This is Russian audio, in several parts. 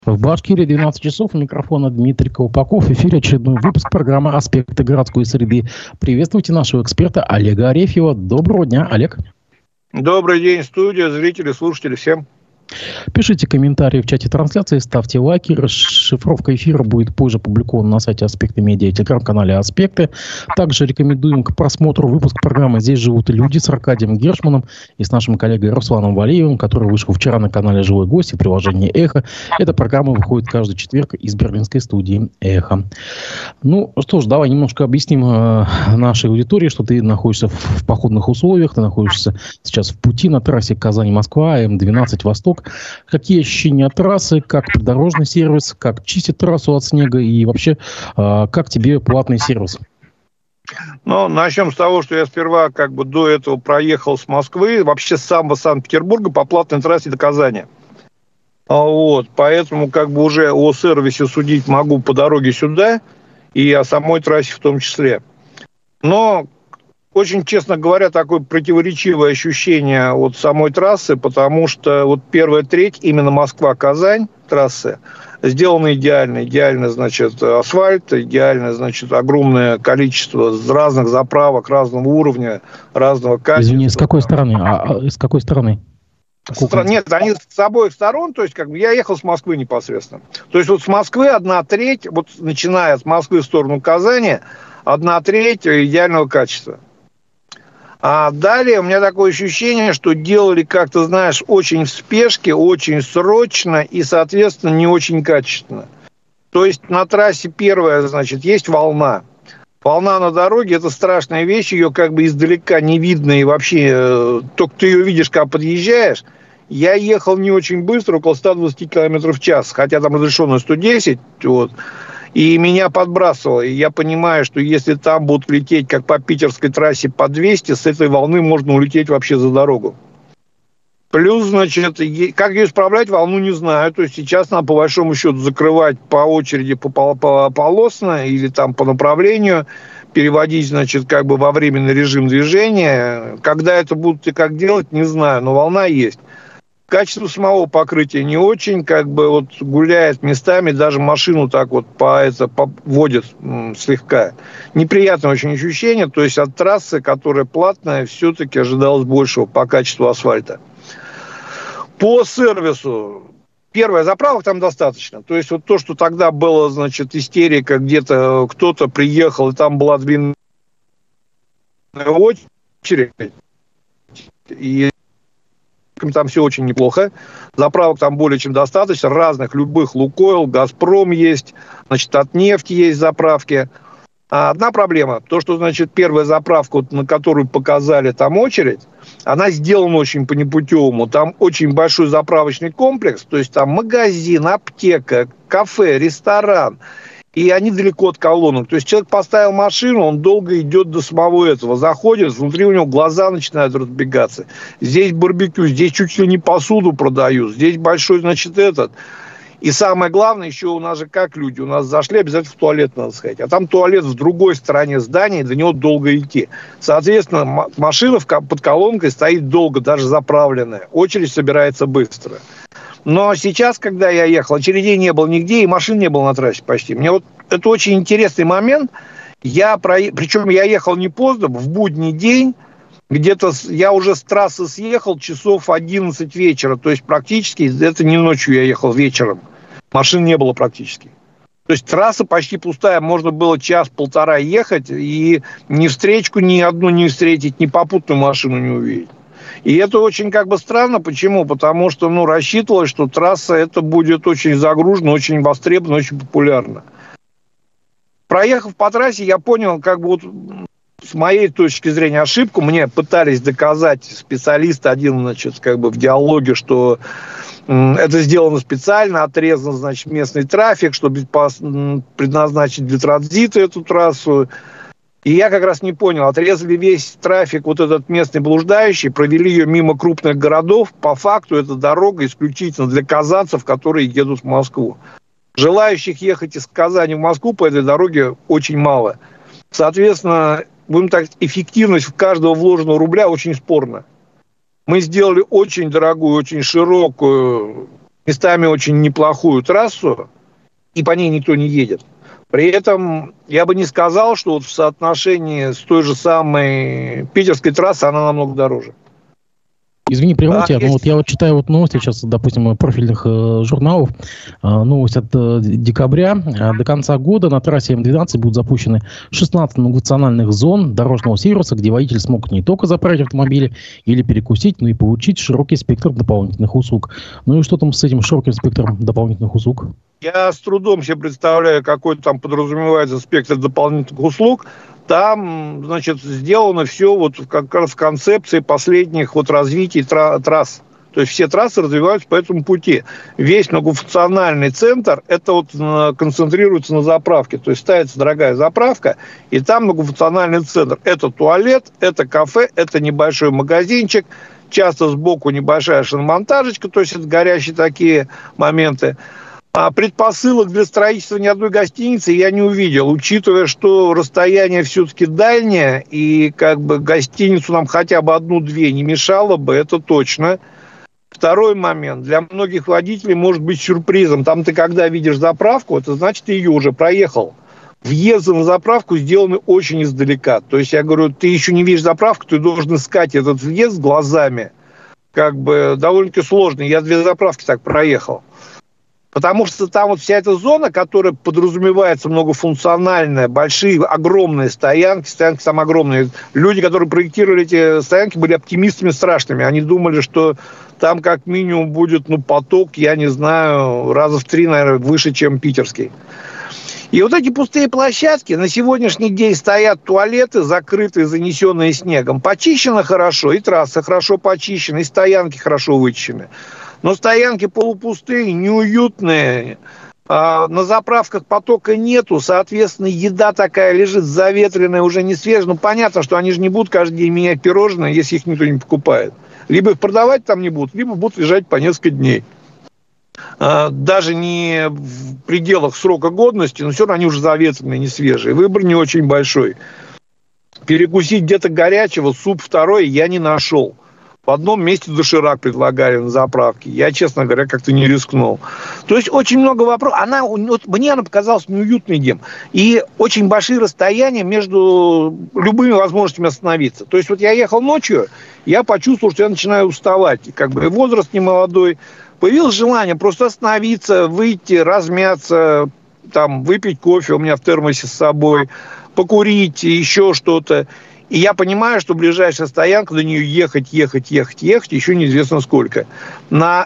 В Башкирии 12 часов. У микрофона Дмитрий Колпаков. В эфире очередной выпуск программы «Аспекты городской среды». Приветствуйте нашего эксперта Олега Арефьева. Доброго дня, Олег. Добрый день, студия, зрители, слушатели, всем. Пишите комментарии в чате трансляции, ставьте лайки. Расшифровка эфира будет позже опубликована на сайте «Аспекты медиа» и телеграм-канале «Аспекты». Также рекомендуем к просмотру выпуск программы «Здесь живут люди» с Аркадием Гершманом и с нашим коллегой Русланом Валеевым, который вышел вчера на канале «Живой гость» и приложении «Эхо». Эта программа выходит каждый четверг из берлинской студии «Эхо». Ну что ж, давай немножко объясним нашей аудитории, что ты находишься в походных условиях, ты находишься сейчас в пути на трассе Казань-Москва, М12 «Восток». Какие ощущения от трассы, как придорожный сервис, как чистят трассу от снега и вообще, как тебе платный сервис? Ну, начнем с того, что я сперва до этого проехал с Москвы, вообще с самого Санкт-Петербурга по платной трассе до Казани. Поэтому уже о сервисе судить могу по дороге сюда и о самой трассе в том числе. Но очень, честно говоря, такое противоречивое ощущение от самой трассы, потому что первая треть, именно Москва-Казань трассы, сделана идеально. Идеально, асфальт, идеально, огромное количество разных заправок, разного уровня, разного качества. Извини, с какой стороны? С какой стороны? Нет, они с обоих сторон, то есть я ехал с Москвы непосредственно. То есть с Москвы 1/3, начиная с Москвы в сторону Казани, 1/3 идеального качества. А далее у меня такое ощущение, что делали как-то, очень в спешке, очень срочно и, соответственно, не очень качественно. То есть на трассе первая, есть волна. Волна на дороге – это страшная вещь, ее издалека не видно, и вообще только ты ее видишь, когда подъезжаешь. Я ехал не очень быстро, около 120 км в час, хотя там разрешено 110, и меня подбрасывало. И я понимаю, что если там будут лететь, как по питерской трассе, по 200, с этой волны можно улететь вообще за дорогу. Плюс, как ее исправлять, волну не знаю. То есть сейчас надо, по большому счету, закрывать по очереди полосно или там по направлению, переводить, во временный режим движения. Когда это будут и как делать, не знаю, но волна есть. Качество самого покрытия не очень, гуляет местами, даже машину водит слегка. Неприятное очень ощущение, то есть от трассы, которая платная, все-таки ожидалось большего по качеству асфальта. По сервису, первое, заправок там достаточно, то есть то, что тогда было, истерика, где-то кто-то приехал, и там была длинная очередь, и там все очень неплохо. Заправок там более чем достаточно. Разных, любых. Лукойл, Газпром есть. От нефти есть заправки. Одна проблема. То, что, первая заправка, на которую показали там очередь, она сделана очень по непутевому. Там очень большой заправочный комплекс. То есть там магазин, аптека, кафе, ресторан. И они далеко от колонок. То есть человек поставил машину, он долго идет до самого этого. Заходит, внутри у него глаза начинают разбегаться. Здесь барбекю, здесь чуть ли не посуду продают. Здесь большой, этот. И самое главное, еще у нас же как люди. У нас зашли, обязательно в туалет надо сходить. А там туалет в другой стороне здания, и до него долго идти. Соответственно, машина под колонкой стоит долго, даже заправленная. Очередь собирается быстро. Но сейчас, когда я ехал, очередей не было нигде, и машин не было на трассе почти. Мне это очень интересный момент. Причем я ехал не поздно, в будний день. Где-то я уже с трассы съехал часов 11 вечера. То есть практически, это не ночью я ехал, вечером. Машин не было практически. То есть трасса почти пустая. Можно было час-полтора ехать, и ни встречку ни одну не встретить, ни попутную машину не увидеть. И это очень странно. Почему? Потому что рассчитывалось, что трасса это будет очень загружена, очень востребована, очень популярна. Проехав по трассе, я понял, с моей точки зрения, ошибку. Мне пытались доказать специалист один, в диалоге, что это сделано специально, отрезан, местный трафик, чтобы предназначить для транзита эту трассу. И я как раз не понял, отрезали весь трафик, этот местный блуждающий, провели ее мимо крупных городов. По факту эта дорога исключительно для казанцев, которые едут в Москву. Желающих ехать из Казани в Москву по этой дороге очень мало. Соответственно, эффективность каждого вложенного рубля очень спорна. Мы сделали очень дорогую, очень широкую местами очень неплохую трассу, и по ней никто не едет. При этом я бы не сказал, что вот в соотношении с той же самой питерской трассой она намного дороже. Извини, прерву тебя, но вот я вот читаю вот новости сейчас, допустим, профильных журналов. Новость от декабря. До конца года на трассе М12 будут запущены 16 многофункциональных зон дорожного сервиса, где водитель смог не только заправить автомобили или перекусить, но и получить широкий спектр дополнительных услуг. Ну и что там с этим широким спектром дополнительных услуг? Я с трудом себе представляю, какой там подразумевается спектр дополнительных услуг. Там, значит, сделано все вот как раз в концепции последних вот развитий трасс. То есть все трассы развиваются по этому пути. Весь многофункциональный центр, это вот концентрируется на заправке. То есть ставится дорогая заправка, и там многофункциональный центр. Это туалет, это кафе, это небольшой магазинчик, часто сбоку небольшая шиномонтажечка, то есть это горящие такие моменты. А предпосылок для строительства ни одной гостиницы я не увидел, учитывая, что расстояние все-таки дальнее, и как бы гостиницу нам хотя бы одну-две не мешало бы, это точно. Второй момент. Для многих водителей может быть сюрпризом. Там ты когда видишь заправку, это значит, ты ее уже проехал. Въезды на заправку сделаны очень издалека. То есть я говорю, ты еще не видишь заправку, ты должен искать этот въезд глазами. Как бы довольно-таки сложно. Я 2 заправки так проехал. Потому что там вот вся эта зона, которая подразумевается многофункциональная, большие, огромные стоянки там огромные. Люди, которые проектировали эти стоянки, были оптимистами страшными. Они думали, что там как минимум будет, поток, я не знаю, раза в 3, наверное, выше, чем питерский. И вот эти пустые площадки, на сегодняшний день стоят туалеты, закрытые, занесенные снегом. Почищено хорошо, и трасса хорошо почищена, и стоянки хорошо вычищены. Но стоянки полупустые, неуютные, на заправках потока нету, соответственно, еда такая лежит заветренная, уже не свежая. Понятно, что они же не будут каждый день менять пирожные, если их никто не покупает. Либо их продавать там не будут, либо будут лежать по несколько дней. Даже не в пределах срока годности, но все равно они уже заветренные, не свежие. Выбор не очень большой. Перекусить где-то горячего, суп второй я не нашел. В одном месте доширак предлагали на заправке. Я, честно говоря, как-то не рискнул. То есть очень много вопросов. Мне она показалась неуютной дем. И очень большие расстояния между любыми возможностями остановиться. То есть вот я ехал ночью, я почувствовал, что я начинаю уставать. И как бы возраст немолодой. Появилось желание просто остановиться, выйти, размяться, там, выпить кофе у меня в термосе с собой, покурить, еще что-то. И я понимаю, что ближайшая стоянка, до нее ехать, еще неизвестно сколько. На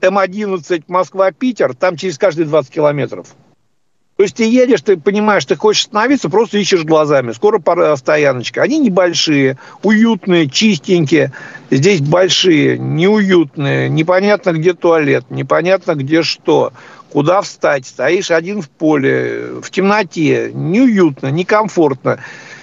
М11 Москва-Питер, там через каждые 20 километров. То есть ты едешь, ты понимаешь, ты хочешь остановиться, просто ищешь глазами. Скоро пора стояночка. Они небольшие, уютные, чистенькие. Здесь большие, неуютные. Непонятно, где туалет, непонятно, где что. Куда встать? Стоишь один в поле, в темноте. Неуютно, некомфортно.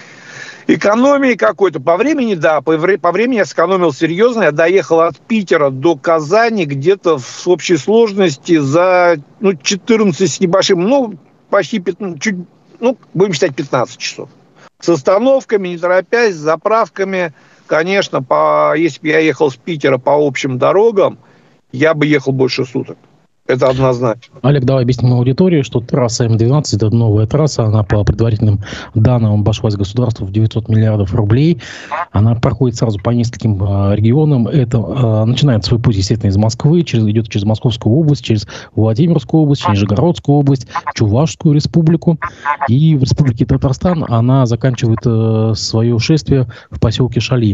Экономии какой-то. По времени, да, по времени я сэкономил серьезно. Я доехал от Питера до Казани где-то в общей сложности за 14 с небольшим, почти 15, будем считать 15 часов. С остановками, не торопясь, с заправками. Конечно, если бы я ехал с Питера по общим дорогам, я бы ехал больше суток. Это однозначно. Олег, давай объясним аудитории, что трасса М12 – это новая трасса. Она по предварительным данным обошлась государству в 900 миллиардов рублей. Она проходит сразу по нескольким регионам. Это начинает свой путь, естественно, из Москвы, идет через Московскую область, через Владимирскую область, Нижегородскую область, Чувашскую республику. И в республике Татарстан она заканчивает свое шествие в поселке Шали.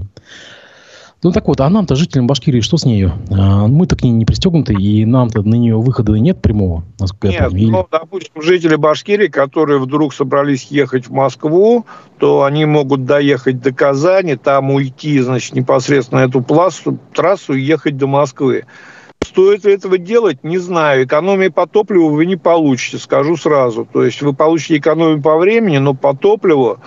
Так вот, а нам-то, жителям Башкирии, что с нею? Мы-то к ней не пристегнуты, и нам-то на нее выхода нет прямого, насколько я помню. Допустим, жители Башкирии, которые вдруг собрались ехать в Москву, то они могут доехать до Казани, там уйти, непосредственно на эту трассу и ехать до Москвы. Стоит ли этого делать? Не знаю. Экономии по топливу вы не получите, скажу сразу. То есть вы получите экономию по времени, но по топливу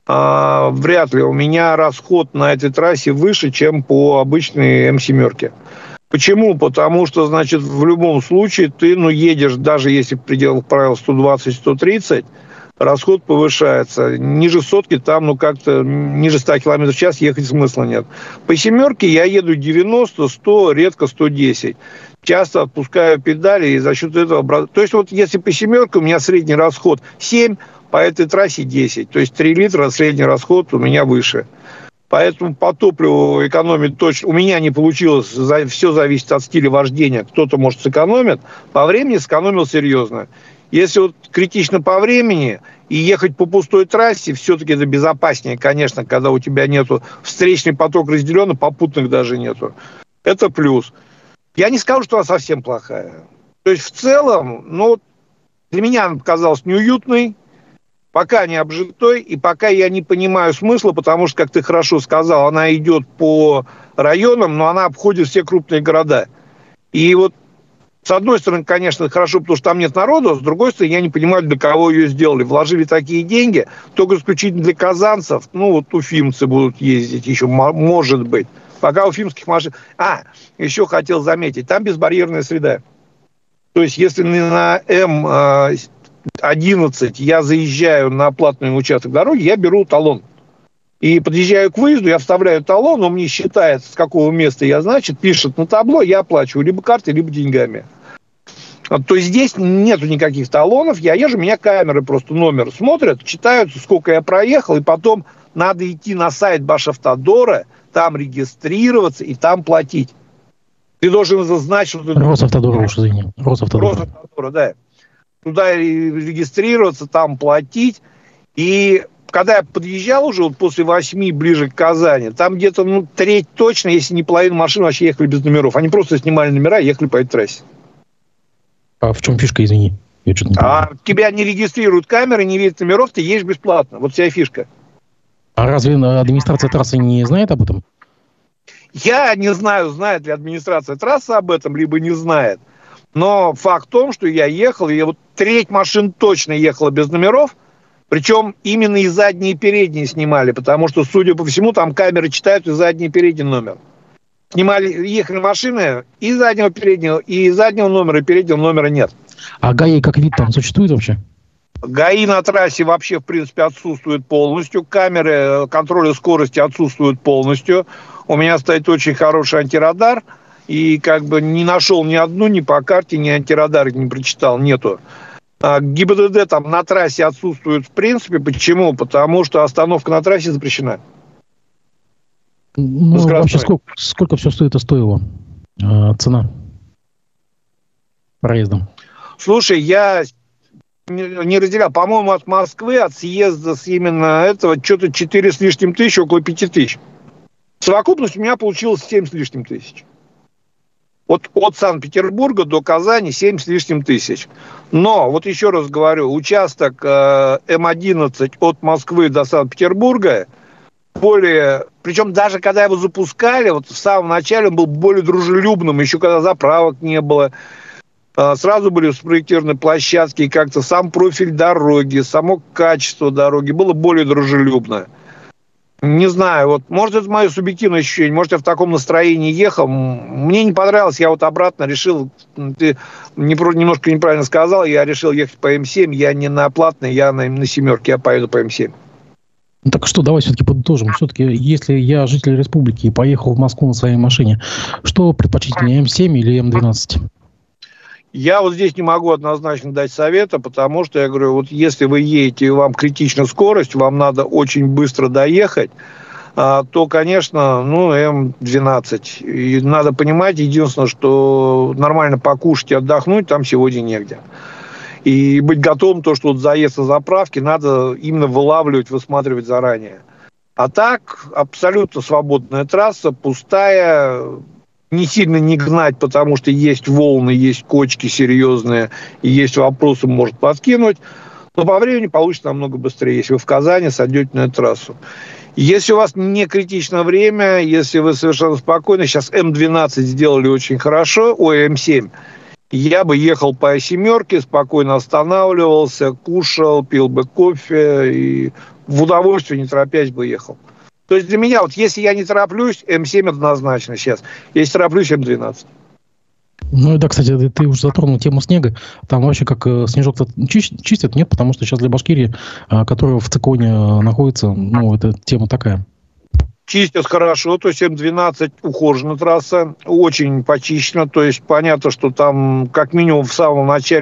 вряд ли. У меня расход на этой трассе выше, чем по обычной М7. Почему? Потому что, в любом случае ты, едешь, даже если в пределах правил 120-130, расход повышается. Ниже сотки там, как-то ниже 100 км в час ехать смысла нет. По 7 я еду 90, 100, редко 110. часто отпускаю педали, и за счет этого... То есть, вот если по семерке у меня средний расход 7, по этой трассе 10. То есть 3 литра средний расход у меня выше. Поэтому по топливу экономить точно... У меня не получилось, все зависит от стиля вождения. Кто-то, может, сэкономит. По времени сэкономил серьезно. Если вот критично по времени и ехать по пустой трассе, все-таки это безопаснее, конечно, когда у тебя нету встречный поток разделен, попутных даже нету. Это плюс. Я не скажу, что она совсем плохая. То есть в целом, ну, для меня она показалась неуютной, пока не обжитой, и пока я не понимаю смысла, потому что, как ты хорошо сказал, она идет по районам, но она обходит все крупные города. И вот с одной стороны, конечно, хорошо, потому что там нет народу, а с другой стороны, я не понимаю, для кого ее сделали. Вложили такие деньги только исключительно для казанцев. Ну, вот уфимцы будут ездить еще, может быть. Пока уфимских машин... еще хотел заметить, там безбарьерная среда. То есть, если на М11 я заезжаю на платный участок дороги, я беру талон. И подъезжаю к выезду, я вставляю талон, он мне считает, с какого места я, значит, пишет на табло, я оплачиваю либо картой, либо деньгами. То есть здесь нету никаких талонов, я езжу, меня камеры просто номер смотрят, читают, сколько я проехал, и потом надо идти на сайт Башавтодора, там регистрироваться и там платить. Ты должен знать, что ты... Росавтодора, уж извини. Росавтодора, да. Туда регистрироваться, там платить. И когда я подъезжал уже вот после 8 ближе к Казани, там где-то треть точно, если не половина машин, вообще ехали без номеров. Они просто снимали номера и ехали по этой трассе. А в чем фишка, извини? Я что-то не понимаю. Тебя не регистрируют камеры, не видят номеров, ты едешь бесплатно. Вот вся фишка. А разве администрация трассы не знает об этом? Я не знаю, знает ли администрация трассы об этом, либо не знает. Но факт в том, что я ехал, и вот треть машин точно ехала без номеров, причем именно и задние, и передние снимали, потому что, судя по всему, там камеры читают и задний, и передний номер. Ехали машины и заднего, переднего, и заднего номера, и переднего номера нет. А ГАИ как вид там существует вообще? ГАИ на трассе вообще, в принципе, отсутствует полностью. Камеры контроля скорости отсутствуют полностью. У меня стоит очень хороший антирадар. И как бы не нашел ни одну, ни по карте, ни антирадар не прочитал, нету. ГИБДД там на трассе отсутствует в принципе. Почему? Потому что остановка на трассе запрещена. Ну, вообще сколько все стоило? Цена проездом? Слушай, я не разделял. По-моему, от Москвы, от съезда с именно этого, что-то 4 с лишним тысяч, около 5 тысяч. Совокупность у меня получилась 7 с лишним тысяч. Вот от Санкт-Петербурга до Казани 7 с лишним тысяч. Но, вот еще раз говорю, участок М11 от Москвы до Санкт-Петербурга более... Причем даже когда его запускали, вот в самом начале он был более дружелюбным, еще когда заправок не было. Сразу были спроектированы площадки, и как-то сам профиль дороги, само качество дороги было более дружелюбное. Не знаю, вот, может, это мое субъективное ощущение, может, я в таком настроении ехал, мне не понравилось, я вот обратно решил, ты немножко неправильно сказал, я решил ехать по М7, я не на платной, я на семерке, я поеду по М7. Ну, так что, давай все-таки подытожим. Все-таки, если я житель республики и поехал в Москву на своей машине, что предпочтительнее, М7 или М12? Я вот здесь не могу однозначно дать совета, потому что, я говорю, вот если вы едете, и вам критична скорость, вам надо очень быстро доехать, то, конечно, М12. И надо понимать, единственное, что нормально покушать и отдохнуть там сегодня негде. И быть готовым, то, что вот заезд на заправке надо именно вылавливать, высматривать заранее. А так, абсолютно свободная трасса, пустая, не сильно не гнать, потому что есть волны, есть кочки серьезные, и есть вопросы, может подкинуть. Но по времени получится намного быстрее, если вы в Казани сойдете на эту трассу. Если у вас не критичное время, если вы совершенно спокойны, сейчас М12 сделали очень хорошо, М7, я бы ехал по семерке, спокойно останавливался, кушал, пил бы кофе и в удовольствие, не торопясь, бы ехал. То есть для меня, вот если я не тороплюсь, М7 однозначно сейчас. Если тороплюсь, М12. Ну и да, кстати, ты уже затронул тему снега. Там вообще как снежок-то чистят? Нет, потому что сейчас для Башкирии, которая в циклоне находится, эта тема такая. Чистят хорошо, то есть М12 ухожена трасса, очень почищена, то есть понятно, что там как минимум в самом начале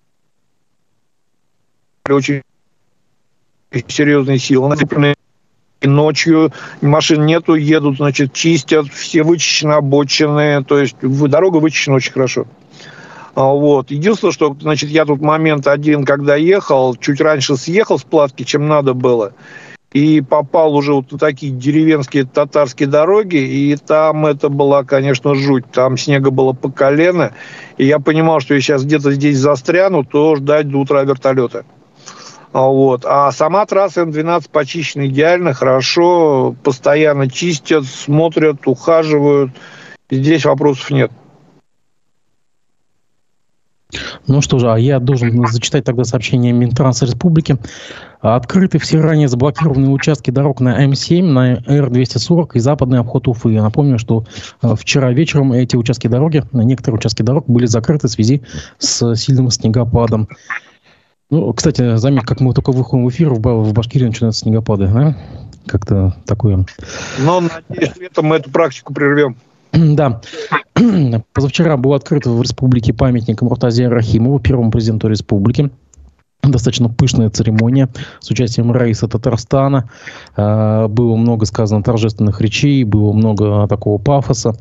очень серьезные силы насыпаны. Ночью машин нету, едут, значит, чистят, все вычищены, обочины, то есть дорога вычищена очень хорошо. Вот. Единственное, что, значит, я тут момент один, когда ехал, чуть раньше съехал с платки, чем надо было, и попал уже вот на такие деревенские татарские дороги, и там это была, конечно, жуть. Там снега было по колено, и я понимал, что я сейчас где-то здесь застряну, то ждать до утра вертолета. Вот. А сама трасса М12 почищена идеально, хорошо, постоянно чистят, смотрят, ухаживают. Здесь вопросов нет. Ну что же, а я должен зачитать тогда сообщение Минтранса Республики. Открыты все ранее заблокированные участки дорог на М7, на Р-240 и западный обход Уфы. Я напомню, что вчера вечером эти участки дороги, некоторые участки дорог были закрыты в связи с сильным снегопадом. Ну, кстати, заметь, как мы только выходим в эфир, в Башкирии начинаются снегопады, да? Как-то такое. Но, надеюсь, летом мы эту практику прервем. Да. Позавчера был открыт в республике памятник Муртазе Рахимову, первому президенту республики. Достаточно пышная церемония с участием Раиса Татарстана. Было много сказано торжественных речей, было много такого пафоса.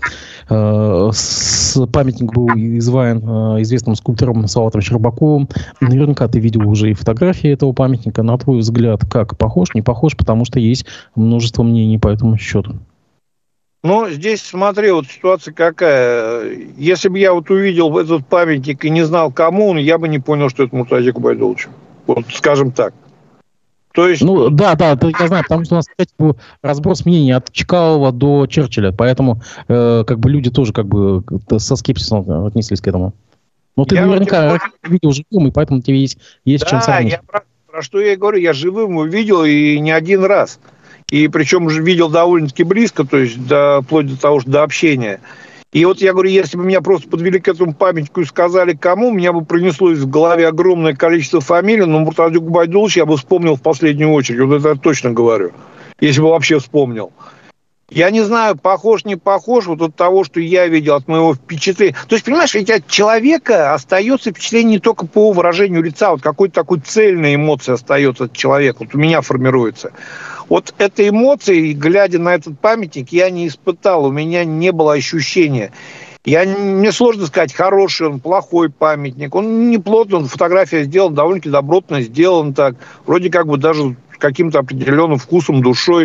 Памятник был изваян известным скульптором Салаватом Щербаковым. Наверняка ты видел уже и фотографии этого памятника. На твой взгляд, как? Похож, не похож? Потому что есть множество мнений по этому счету. Ну, здесь, смотри, вот ситуация какая. Если бы я вот увидел этот памятник и не знал, кому он, я бы не понял, что это Муртазе Губайдулович. Вот, скажем так. То есть... Ну, да, я знаю, потому что у нас, кстати, был разброс мнений от Чкалова до Черчилля, поэтому как бы люди тоже как бы со скепсисом отнеслись к этому. Но ты наверняка видел живым, и поэтому тебе есть чем сравнить. Да, про что я и говорю, я живым увидел и не один раз. И причем уже видел довольно-таки близко, то есть вплоть до того, что до общения. И вот я говорю, если бы меня просто подвели к этому памятнику и сказали, кому, у меня бы пронеслось в голове огромное количество фамилий, но Муртазе Губайдулович я бы вспомнил в последнюю очередь. Вот это я точно говорю. Если бы вообще вспомнил. Я не знаю, похож, не похож, вот от того, что я видел, от моего впечатления. То есть, понимаешь, ведь от человека остается впечатление не только по выражению лица, вот какой-то такой цельной эмоции остается от человека. Вот у меня формируется. Вот этой эмоции, глядя на этот памятник, я не испытал, у меня не было ощущения. Мне сложно сказать, хороший он, плохой памятник. Он не плотный, фотография сделана довольно-таки добротно, сделан так. Вроде как бы даже с каким-то определенным вкусом, душой.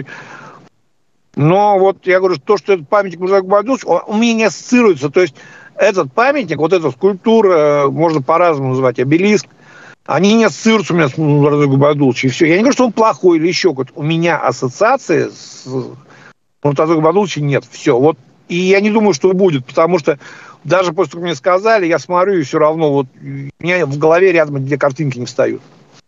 Но вот я говорю, то, что этот памятник Муртазе Губайдуловичу, у меня не ассоциируется. То есть этот памятник, вот эта скульптура, можно по-разному называть, обелиск, они не ассоциируются у меня с Муртазе Губайдуловичем. И все. Я не говорю, что он плохой или еще какой-то. У меня ассоциации с Муртазе Губайдуловичем нет. Все. Вот. И я не думаю, что будет, потому что даже после того, как мне сказали, я смотрю, и все равно вот у меня в голове рядом две картинки не встают.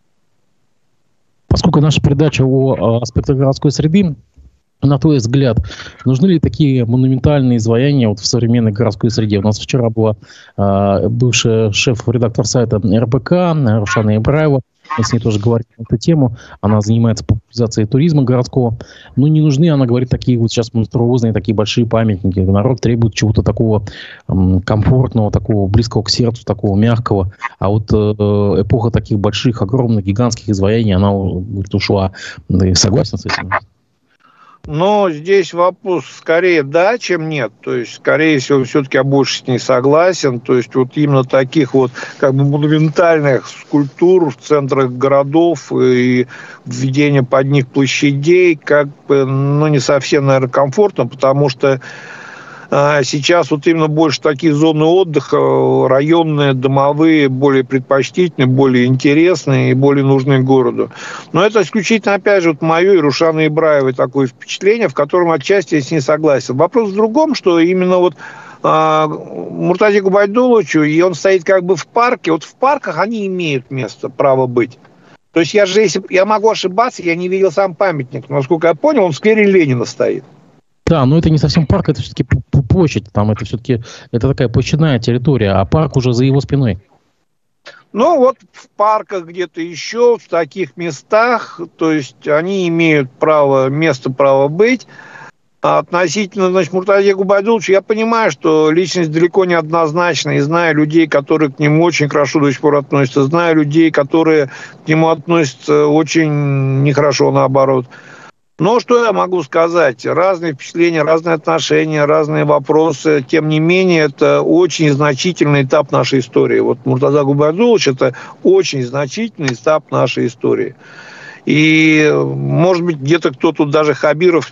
Поскольку наша передача о аспектах городской среды, на твой взгляд, нужны ли такие монументальные изваяния вот в современной городской среде? У нас вчера была бывшая шеф-редактор сайта РБК Рушана Ибраева. Мы с ней тоже говорили на эту тему. Она занимается популяризацией туризма городского. Но не нужны, она говорит, такие вот сейчас монструозные, такие большие памятники. Народ требует чего-то такого комфортного, такого близкого к сердцу, такого мягкого. А вот эпоха таких больших, огромных, гигантских изваяний, она, говорит, ушла. Ты согласен с этим? Но здесь вопрос скорее да, чем нет. То есть, скорее всего, все-таки я больше с ней согласен. То есть, вот именно таких вот как бы монументальных скульптур в центрах городов и введение под них площадей как бы, не совсем, наверное, комфортно, потому что сейчас вот именно больше такие зоны отдыха, районные, домовые, более предпочтительные, более интересные и более нужные городу. Но это исключительно, опять же, вот мое и Рушаны Ибраевой такое впечатление, в котором отчасти я с ней согласен. Вопрос в другом, что именно вот Муртазе Губайдуловичу, и он стоит как бы в парке, вот в парках они имеют место, право быть. То есть я могу ошибаться, я не видел сам памятник, но, насколько я понял, он в сквере Ленина стоит. Да, но это не совсем парк, это все-таки площадь, там это все-таки это такая площадная территория, а парк уже за его спиной. Ну, вот в парках где-то еще, в таких местах, то есть они имеют право быть. А относительно, значит, Муртазе Губайдуловича, я понимаю, что личность далеко не однозначна, и знаю людей, которые к нему очень хорошо до сих пор относятся, знаю людей, которые к нему относятся очень нехорошо, наоборот. Но что я могу сказать? Разные впечатления, разные отношения, разные вопросы. Тем не менее, это очень значительный этап нашей истории. Вот Муртаза Губайдулович – это очень значительный этап нашей истории. И, может быть, где-то кто-то даже Хамитов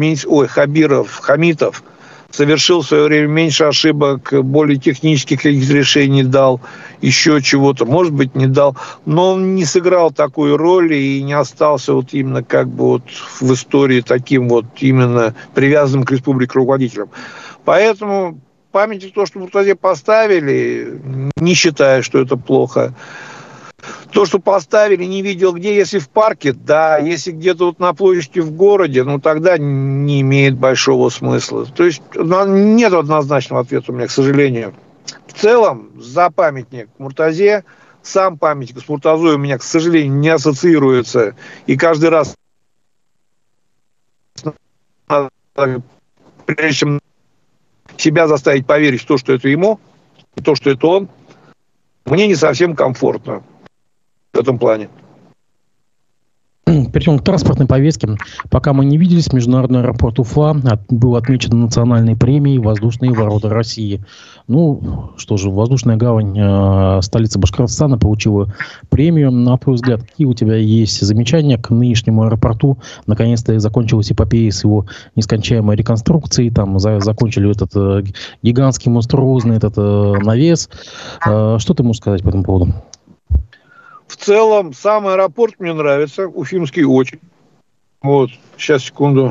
совершил в свое время меньше ошибок, более технических решений дал, еще чего-то, может быть, не дал, но он не сыграл такой роли и не остался вот именно как бы вот в истории таким вот именно привязанным к республике руководителем. Поэтому памятник, то, что в Муртазе поставили, не считаю, что это плохо. То, что поставили, не видел где, если в парке, да, если где-то вот на площади в городе, ну, тогда не имеет большого смысла. То есть нет однозначного ответа у меня, к сожалению. В целом, за памятник Муртазе, сам памятник с Муртазой у меня, к сожалению, не ассоциируется. И каждый раз, прежде чем себя заставить поверить в то, что это ему, и то, что это он, мне не совсем комфортно в этом плане. Перейдем к транспортной повестке. Пока мы не виделись, Международный аэропорт Уфа был отмечен национальной премией «Воздушные ворота России». Ну, что же, воздушная гавань столицы Башкортостана получила премию. На твой взгляд, какие у тебя есть замечания к нынешнему аэропорту? Наконец-то закончилась эпопея с его нескончаемой реконструкцией. Там закончили этот гигантский монструозный навес. Что ты можешь сказать по этому поводу? В целом, сам аэропорт мне нравится, уфимский очень. Вот, сейчас, секунду.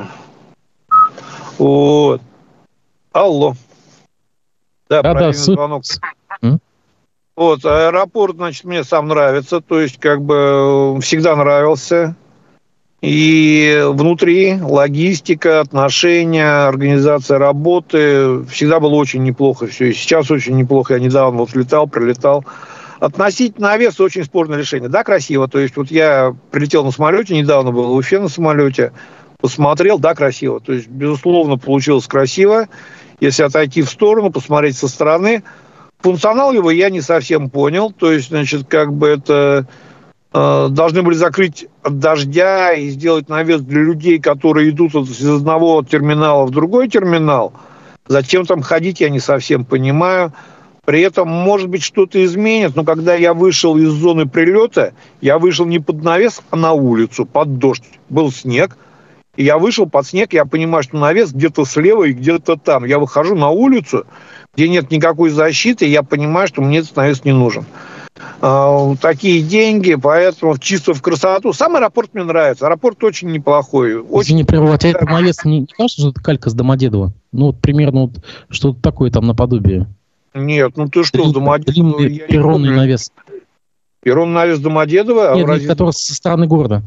Вот. Алло. Да, правильный звонок. Вот, аэропорт, значит, мне сам нравится, то есть, как бы, всегда нравился. И внутри логистика, отношения, организация работы, всегда было очень неплохо все. И сейчас очень неплохо. Я недавно вот летал, прилетал. Относительно навеса очень спорное решение. Да, красиво. То есть, вот я прилетел на самолете, недавно был в Уфе на самолете, посмотрел, да, красиво. То есть, безусловно, получилось красиво. Если отойти в сторону, посмотреть со стороны. Функционал его я не совсем понял. То есть, значит, как бы это должны были закрыть от дождя и сделать навес для людей, которые идут из одного терминала в другой терминал. Зачем там ходить, я не совсем понимаю. При этом, может быть, что-то изменит, но когда я вышел из зоны прилета, я вышел не под навес, а на улицу, под дождь. Был снег, и я вышел под снег, я понимаю, что навес где-то слева и где-то там. Я выхожу на улицу, где нет никакой защиты, и я понимаю, что мне этот навес не нужен. Такие деньги, поэтому чисто в красоту. Сам аэропорт мне нравится, аэропорт очень неплохой. Извини, прерву, а тебе этот навес не кажется, что это калька с Домодедово? Ну, вот примерно вот что-то такое там наподобие. Нет, ну ты что, Домодедово... Длинный перронный навес. Перронный навес Домодедово? Нет, который со стороны города.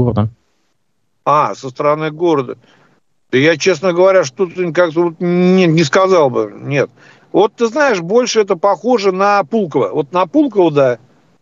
Со стороны города. Да я, честно говоря, что-то как-то не сказал бы. Нет. Вот ты знаешь, больше это похоже на Пулково. Вот на Пулково, да.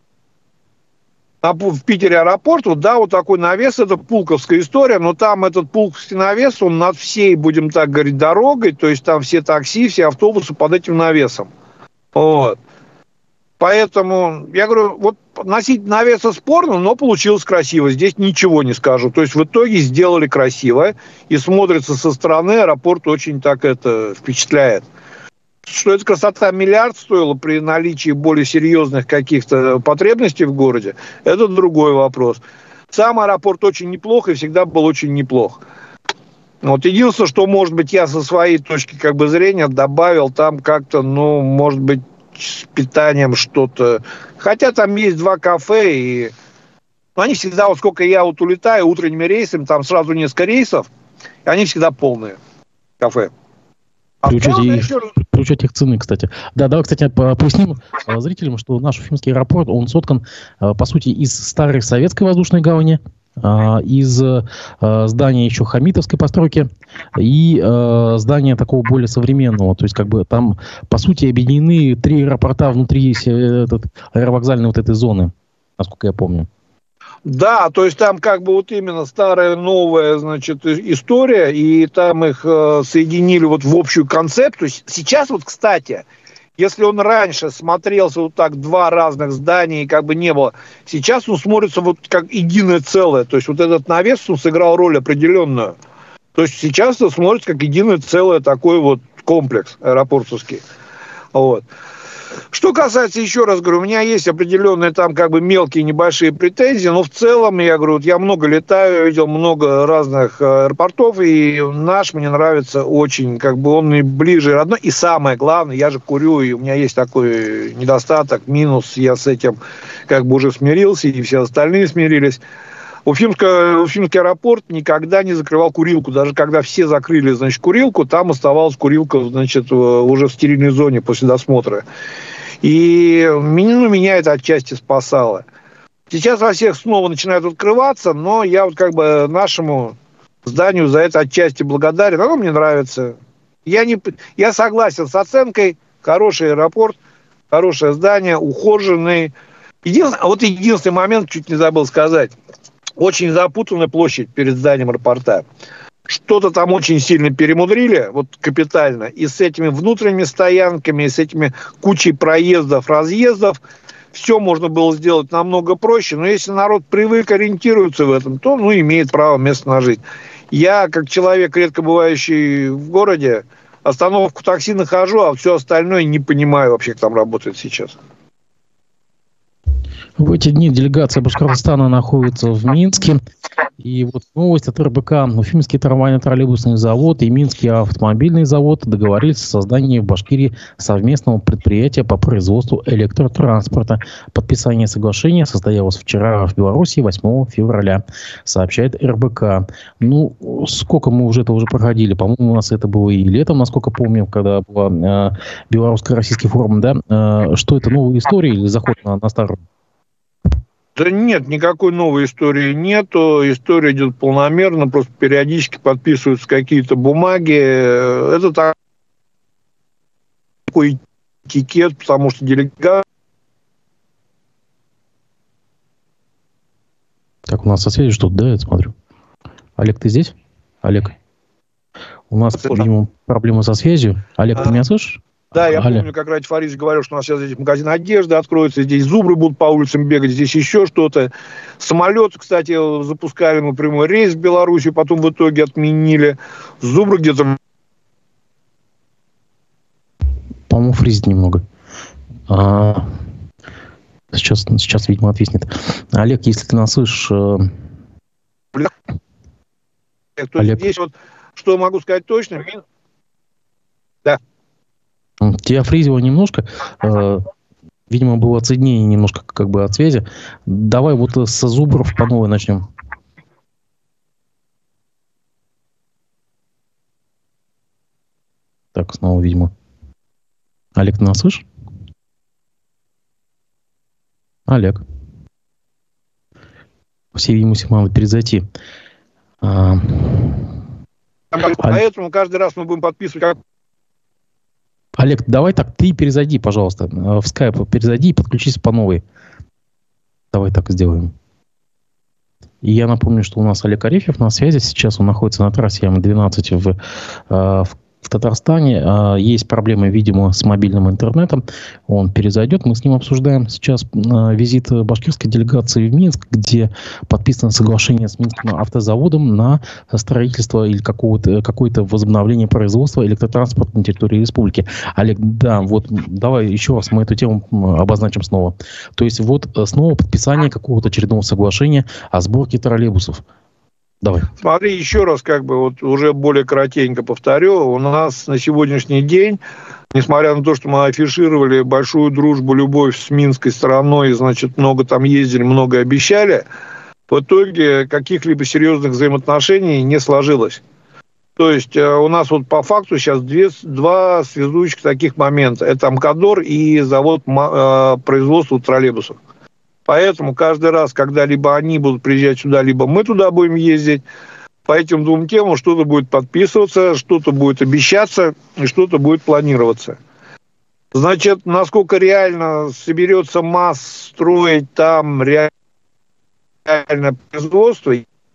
В Питере аэропорт, вот, да, вот такой навес, это пулковская история, но там этот пулковский навес, он над всей, будем так говорить, дорогой, то есть там все такси, все автобусы под этим навесом. Вот. Поэтому, я говорю, вот носить навеса спорно, но получилось красиво, здесь ничего не скажу. То есть в итоге сделали красиво, и смотрится со стороны, аэропорт очень так впечатляет. Что эта красота миллиард стоила при наличии более серьезных каких-то потребностей в городе, это другой вопрос. Сам аэропорт очень неплох и всегда был очень неплох. Вот единственное, что, может быть, я со своей точки как бы зрения добавил там как-то, ну, может быть, с питанием что-то. Хотя там есть 2 кафе, и они всегда, вот сколько я вот улетаю утренними рейсами, там сразу несколько рейсов, и они всегда полные, кафе. При учете их цены, кстати. Да, давай, кстати, поясним зрителям, что наш уфимский аэропорт, он соткан, по сути, из старой советской воздушной гавани, из здания еще хамитовской постройки и здания такого более современного. То есть, как бы там, по сути, объединены 3 аэропорта внутри аэровокзальной вот этой зоны, насколько я помню. Да, то есть там как бы вот именно старая, новая, значит, история, и там их соединили вот в общую концепцию. Сейчас вот, кстати, если он раньше смотрелся вот так, два разных здания, и как бы не было, сейчас он смотрится вот как единое целое. То есть вот этот навес, он сыграл роль определенную. То есть сейчас это смотрится как единое целое такой вот комплекс аэропортовский. Вот. Что касается, еще раз говорю, у меня есть определенные там как бы мелкие небольшие претензии, но в целом, я говорю, вот я много летаю, видел много разных аэропортов, и наш мне нравится очень, как бы он и ближе, и родной. И самое главное, я же курю, и у меня есть такой недостаток, минус, я с этим как бы уже смирился, и все остальные смирились. Уфимский аэропорт никогда не закрывал курилку. Даже когда все закрыли, значит, курилку, там оставалась курилка, значит, уже в стерильной зоне после досмотра. И меня это отчасти спасало. Сейчас во всех снова начинают открываться, но я вот как бы нашему зданию за это отчасти благодарен. Оно мне нравится. Я согласен с оценкой. Хороший аэропорт, хорошее здание, ухоженный. Единственный момент, чуть не забыл сказать. Очень запутанная площадь перед зданием аэропорта. Что-то там очень сильно перемудрили, вот капитально. И с этими внутренними стоянками, и с этими кучей проездов, разъездов. Все можно было сделать намного проще. Но если народ привык, ориентируется в этом, то имеет право место жить. Я, как человек, редко бывающий в городе, остановку такси нахожу, а все остальное не понимаю вообще, как там работает сейчас. В эти дни делегация Башкортостана находится в Минске. И вот новость от РБК. Уфимский трамвайно-троллейбусный завод и Минский автомобильный завод договорились о создании в Башкирии совместного предприятия по производству электротранспорта. Подписание соглашения состоялось вчера в Беларуси 8 февраля, сообщает РБК. Сколько мы уже проходили? По-моему, у нас это было и летом, насколько помню, когда был белорусско-российский форум. Да? Что это, новая история или заход на старую? Да нет, никакой новой истории нету. История идет полномерно, просто периодически подписываются какие-то бумаги. Это такой этикет, потому что делегат... Так, у нас со связью что-то, да, я смотрю. Олег, ты здесь? Олег? У нас, видимо, проблема со связью. Олег, ты меня слышишь? Да, я помню, как Радий Фаридович говорил, что у нас сейчас здесь магазин одежды откроется, здесь зубры будут по улицам бегать, здесь еще что-то. Самолет, кстати, запускали мы прямой рейс в Белоруссию, потом в итоге отменили. Зубры где-то... По-моему, фризит немного. Сейчас, видимо, отвиснет. Олег, если ты нас слышишь... Олег. Здесь вот, что могу сказать точно... Да. Тебя фризило немножко. Видимо, было отсоединение немножко как бы от связи. Давай вот со зубров по новой начнем. Так, снова, видимо. Олег, ты нас слышишь? Олег. По всей видимости, надо перезайти. Поэтому каждый раз мы будем подписывать... Олег, давай так, ты перезайди, пожалуйста, в скайп перезайди и подключись по новой. Давай так сделаем. И я напомню, что у нас Олег Арефьев на связи. Сейчас он находится на трассе М12 в Татарстане. Есть проблемы, видимо, с мобильным интернетом. Он перезайдет. Мы с ним обсуждаем сейчас визит башкирской делегации в Минск, где подписано соглашение с Минским автозаводом на строительство или какое-то возобновление производства электротранспорта на территории республики. Олег, да, вот давай еще раз мы эту тему обозначим снова. То есть вот снова подписание какого-то очередного соглашения о сборке троллейбусов. Давай. Смотри, еще раз, как бы вот уже более коротенько повторю, у нас на сегодняшний день, несмотря на то, что мы афишировали большую дружбу, любовь с минской стороной, значит, много там ездили, много обещали, в итоге каких-либо серьезных взаимоотношений не сложилось. То есть у нас вот по факту сейчас два связующих таких момента. Это Амкадор и завод производства троллейбусов. Поэтому каждый раз, когда либо они будут приезжать сюда, либо мы туда будем ездить, по этим двум темам что-то будет подписываться, что-то будет обещаться и что-то будет планироваться. Значит, насколько реально соберется МАЗ строить там реально реальное производство,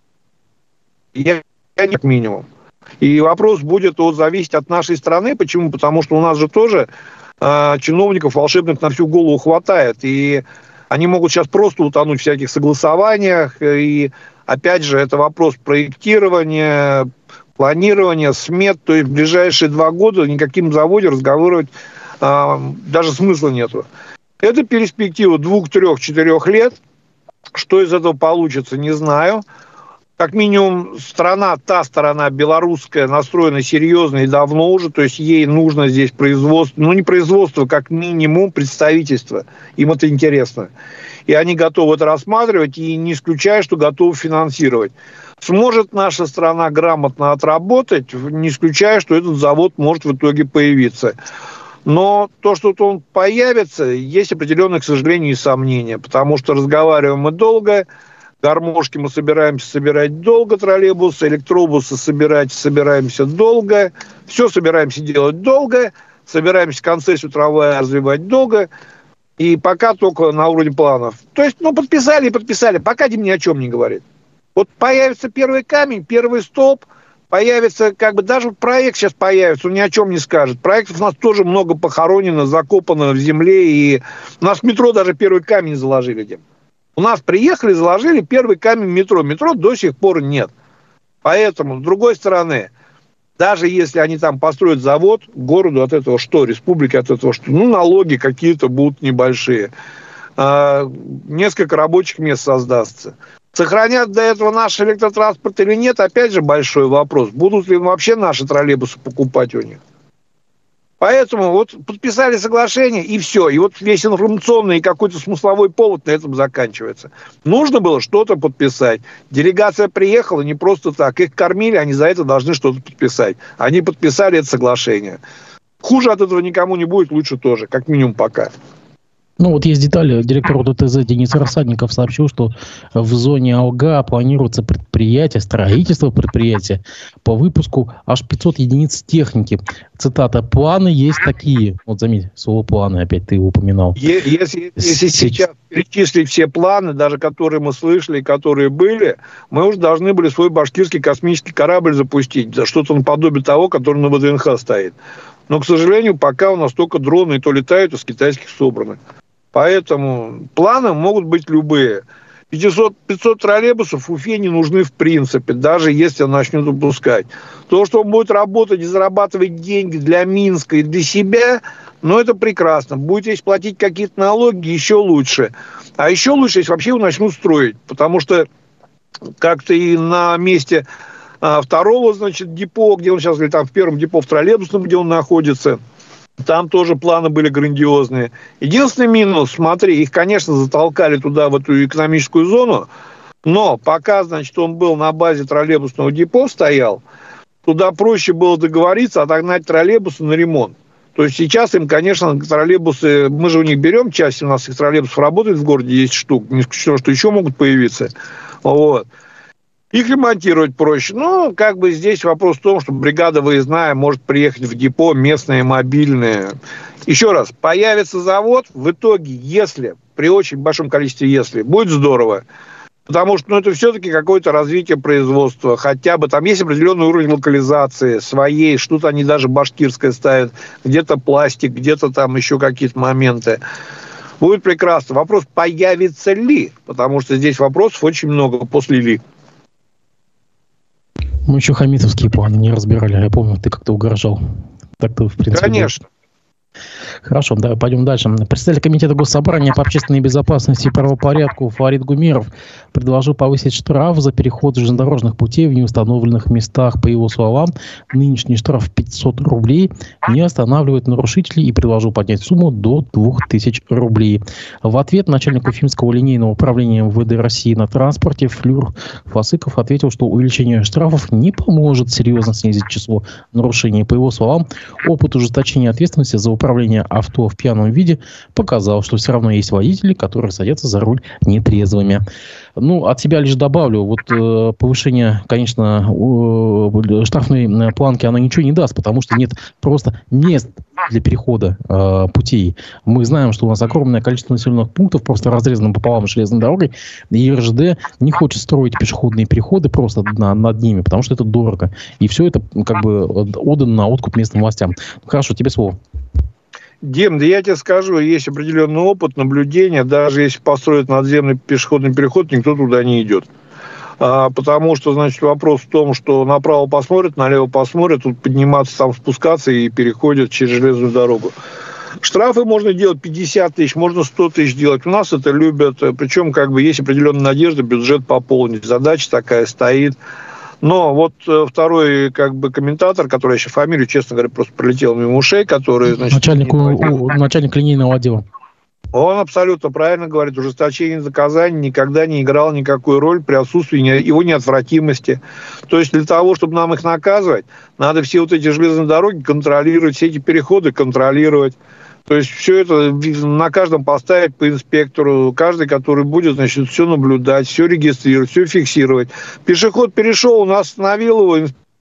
я не как минимум. И вопрос будет зависеть от нашей страны. Почему? Потому что у нас же тоже чиновников волшебных на всю голову хватает. И они могут сейчас просто утонуть в всяких согласованиях. И опять же, это вопрос проектирования, планирования, смет. То есть в ближайшие 2 года никаким заводе разговаривать даже смысла нету. Это перспектива 2, 3, 4 лет. Что из этого получится, не знаю. Как минимум, та сторона белорусская настроена серьезно и давно уже, то есть ей нужно здесь производство, не производство, как минимум представительство. Им это интересно. И они готовы это рассматривать, и не исключая, что готовы финансировать. Сможет наша страна грамотно отработать, не исключая, что этот завод может в итоге появиться. Но то, что он появится, есть определенные, к сожалению, и сомнения, потому что разговариваем мы долго. Гармошки мы собираемся собирать долго, троллейбусы, электробусы собираемся долго. Все собираемся делать долго. Собираемся концессию трамвая развивать долго. И пока только на уровне планов. То есть, подписали и подписали. Пока Дим ни о чем не говорит. Вот появится первый камень, первый столб. Появится, даже проект сейчас появится, он ни о чем не скажет. Проектов у нас тоже много похоронено, закопано в земле. И у нас в метро даже первый камень заложили, Дим. У нас приехали, заложили первый камень метро. Метро до сих пор нет. Поэтому, с другой стороны, даже если они там построят завод, городу от этого что? Республике от этого что? Налоги какие-то будут небольшие. Несколько рабочих мест создастся. Сохранят до этого наш электротранспорт или нет, опять же большой вопрос. Будут ли вообще наши троллейбусы покупать у них? Поэтому подписали соглашение, и все. И весь информационный и какой-то смысловой повод на этом заканчивается. Нужно было что-то подписать. Делегация приехала не просто так. Их кормили, они за это должны что-то подписать. Они подписали это соглашение. Хуже от этого никому не будет, лучше тоже. Как минимум пока. Есть детали. Директор ОДТЗ Денис Рассадников сообщил, что в зоне АОГА планируется строительство предприятия по выпуску аж 500 единиц техники. Цитата: «Планы есть такие». Заметь, слово «планы» опять ты его упоминал. Если сейчас перечислить все планы, даже которые мы слышали, которые были, мы уже должны были свой башкирский космический корабль запустить. Что-то наподобие того, который на ВДНХ стоит. Но, к сожалению, пока у нас только дроны и то летают, из китайских собраны. Поэтому планы могут быть любые. 500 троллейбусов Уфе не нужны в принципе, даже если он начнет выпускать. То, что он будет работать и зарабатывать деньги для Минска и для себя, это прекрасно. Будете здесь платить какие-то налоги, еще лучше. А еще лучше, если вообще его начнут строить. Потому что как-то и на месте второго, депо, где он сейчас, или там в первом депо в троллейбусном, где он находится, там тоже планы были грандиозные. Единственный минус, смотри, их, конечно, затолкали туда, в эту экономическую зону, но пока, он был на базе троллейбусного депо, стоял, туда проще было договориться, отогнать троллейбусы на ремонт. То есть сейчас им, конечно, троллейбусы, мы же у них берем часть, у нас их троллейбусов работает в городе 10 штук, не исключено, что еще могут появиться. Их ремонтировать проще. Здесь вопрос в том, что бригада выездная может приехать в депо, местные, мобильные. Еще раз, появится завод, в итоге, если, при очень большом количестве если, будет здорово. Потому что, это все-таки какое-то развитие производства. Хотя бы там есть определенный уровень локализации своей. Что-то они даже башкирское ставят. Где-то пластик, где-то там еще какие-то моменты. Будет прекрасно. Вопрос, появится ли? Потому что здесь вопросов очень много после ли. Мы еще хамитовские планы не разбирали. Я помню, ты как-то угрожал. Так-то, в принципе, конечно. Хорошо, давай пойдем дальше. Председатель комитета Госсобрания по общественной безопасности и правопорядку Фарид Гумеров предложил повысить штраф за переход железнодорожных путей в неустановленных местах. По его словам, нынешний штраф 500 рублей не останавливает нарушителей и предложил поднять сумму до 2000 рублей. В ответ начальник Уфимского линейного управления МВД России на транспорте Флюр Фасыков ответил, что увеличение штрафов не поможет серьезно снизить число нарушений. По его словам, опыт ужесточения ответственности за управления авто в пьяном виде показал, что все равно есть водители, которые садятся за руль нетрезвыми. Ну, от себя лишь добавлю, вот повышение, конечно, штрафной планки, оно ничего не даст, потому что нет просто мест для перехода путей. Мы знаем, что у нас огромное количество населенных пунктов просто разрезано пополам железной дорогой, и РЖД не хочет строить пешеходные переходы просто над ними, потому что это дорого. И все это как бы отдано на откуп местным властям. Хорошо, тебе слово. Дим, да я тебе скажу, есть определенный опыт наблюдения, даже если построить надземный пешеходный переход, никто туда не идет. Потому что, значит, вопрос в том, что направо посмотрят, налево посмотрят, тут подниматься, там спускаться и переходят через железную дорогу. Штрафы можно делать 50 тысяч, можно 100 тысяч делать. У нас это любят, причем как бы есть определенная надежда бюджет пополнить. Задача такая стоит. Но вот второй как бы комментатор, который, я еще фамилию, честно говоря, просто пролетел мимо ушей, который... Значит, начальник линейного отдела. Он абсолютно правильно говорит, ужесточение наказаний никогда не играло никакой роли при отсутствии его неотвратимости. То есть для того, чтобы нам их наказывать, надо все вот эти железные дороги контролировать, все эти переходы контролировать. То есть все это на каждом поставить по инспектору, каждый, который будет, значит, все наблюдать, все регистрировать, все фиксировать. Пешеход перешел, он остановил его,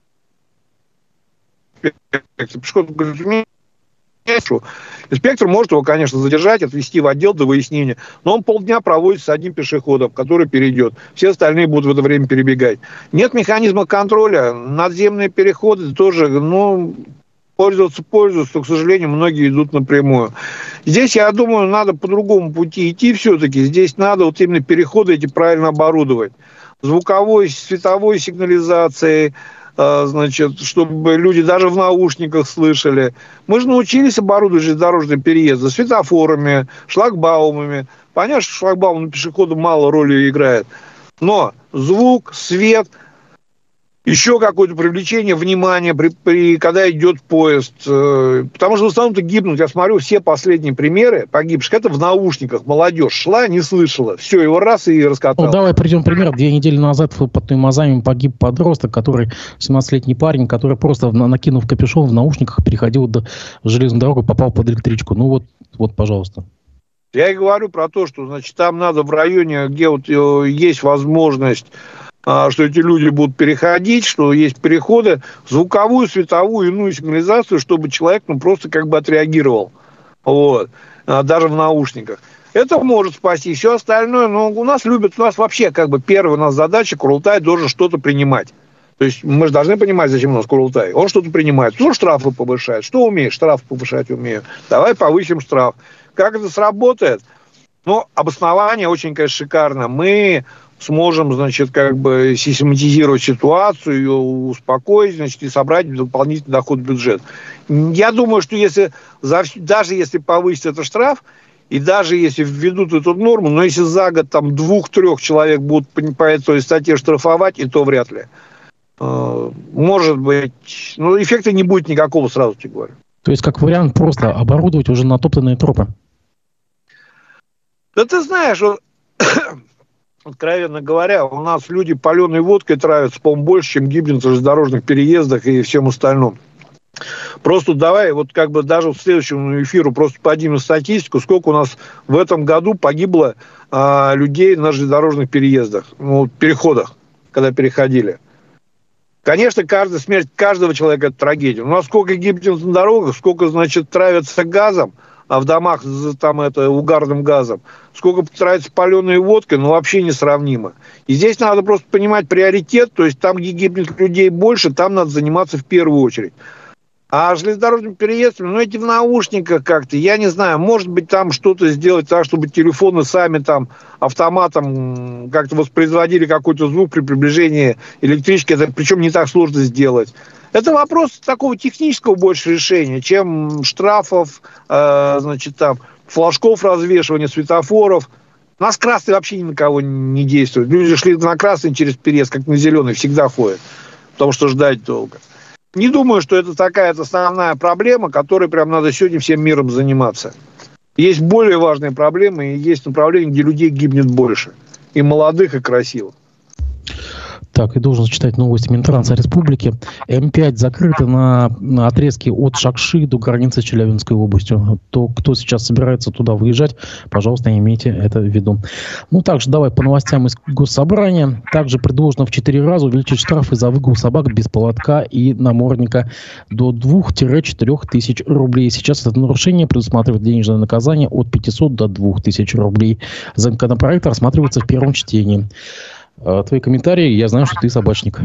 пешеход говорит, инспектор может его, конечно, задержать, отвезти в отдел до выяснения, но он полдня проводит с одним пешеходом, который перейдет. Все остальные будут в это время перебегать. Нет механизма контроля, надземные переходы тоже, пользуются, но, к сожалению, многие идут напрямую. Здесь, я думаю, надо по другому пути идти все-таки. Здесь надо вот именно переходы эти правильно оборудовать. Звуковой, световой сигнализацией, значит, чтобы люди даже в наушниках слышали. Мы же научились оборудовать железнодорожные переезды светофорами, шлагбаумами. Понятно, что шлагбаум на пешехода мало роли играет. Но звук, свет, еще какое-то привлечение внимания, когда идет поезд. Потому что в основном-то гибнут, я смотрю, все последние примеры погибших, это в наушниках. Молодежь шла, не слышала. Все, его раз и раскатал. Давай приведем пример. 2 недели назад под Туймазами погиб подросток, 17-летний парень, который просто, накинув капюшон, в наушниках переходил железную дорогу, попал под электричку. Вот, пожалуйста. Я и говорю про то, что, значит, там надо в районе, где вот есть возможность, что эти люди будут переходить, что есть переходы, звуковую, световую, иную сигнализацию, чтобы человек просто как бы отреагировал. Вот. Даже в наушниках. Это может спасти. Все остальное, у нас вообще как бы первая у нас задача, Курултай должен что-то принимать. То есть мы же должны понимать, зачем у нас Курултай. Он что-то принимает. Что штрафы повышает? Что умеет? Штрафы повышать умею. Давай повысим штраф. Как это сработает? Обоснование очень, конечно, шикарно. Мы сможем, значит, как бы систематизировать ситуацию, ее успокоить, значит, и собрать дополнительный доход в бюджет. Я думаю, что даже если повысить этот штраф, и даже если введут эту норму, но если за год там 2-3 человек будут по этой статье штрафовать, и то вряд ли. Может быть, эффекта не будет никакого, сразу тебе говорю. То есть, как вариант, просто оборудовать уже натоптанные тропы? Да ты знаешь, откровенно говоря, у нас люди паленой водкой травятся, по-моему, больше, чем гибнут в железнодорожных переездах и всем остальном. Просто давай, даже в следующем эфиру просто поднимем статистику, сколько у нас в этом году погибло людей на железнодорожных переездах, переходах, когда переходили. Конечно, смерть каждого человека – это трагедия. У нас сколько гибнет на дорогах, сколько, значит, травятся газом, а в домах угарным газом, сколько тратится паленой водкой, вообще несравнимо. И здесь надо просто понимать приоритет, то есть там, где гибнет людей больше, там надо заниматься в первую очередь. А железнодорожным переездом, эти в наушниках как-то, я не знаю, может быть, там что-то сделать так, чтобы телефоны сами там автоматом как-то воспроизводили какой-то звук при приближении электрички, это причем не так сложно сделать. Это вопрос такого технического больше решения, чем штрафов, флажков развешивания, светофоров. У нас красный вообще ни на кого не действует. Люди шли на красный через переезд, как на зеленый, всегда ходят, потому что ждать долго. Не думаю, что это такая основная проблема, которой прям надо сегодня всем миром заниматься. Есть более важные проблемы, и есть направления, где людей гибнет больше. И молодых, и красивых. Так, и должен читать новости Минтранса Республики. М5 закрыта на отрезке от Шакши до границы с Челябинской областью. То, кто сейчас собирается туда выезжать, пожалуйста, имейте это в виду. Ну, также давай по новостям из Госсобрания. Также предложено в 4 раза увеличить штрафы за выгул собак без поводка и намордника до 2-4 тысяч рублей. Сейчас это нарушение предусматривает денежное наказание от 500 до 2000 рублей. Законопроект рассматривается в первом чтении. Твои комментарии, я знаю, что ты собачник.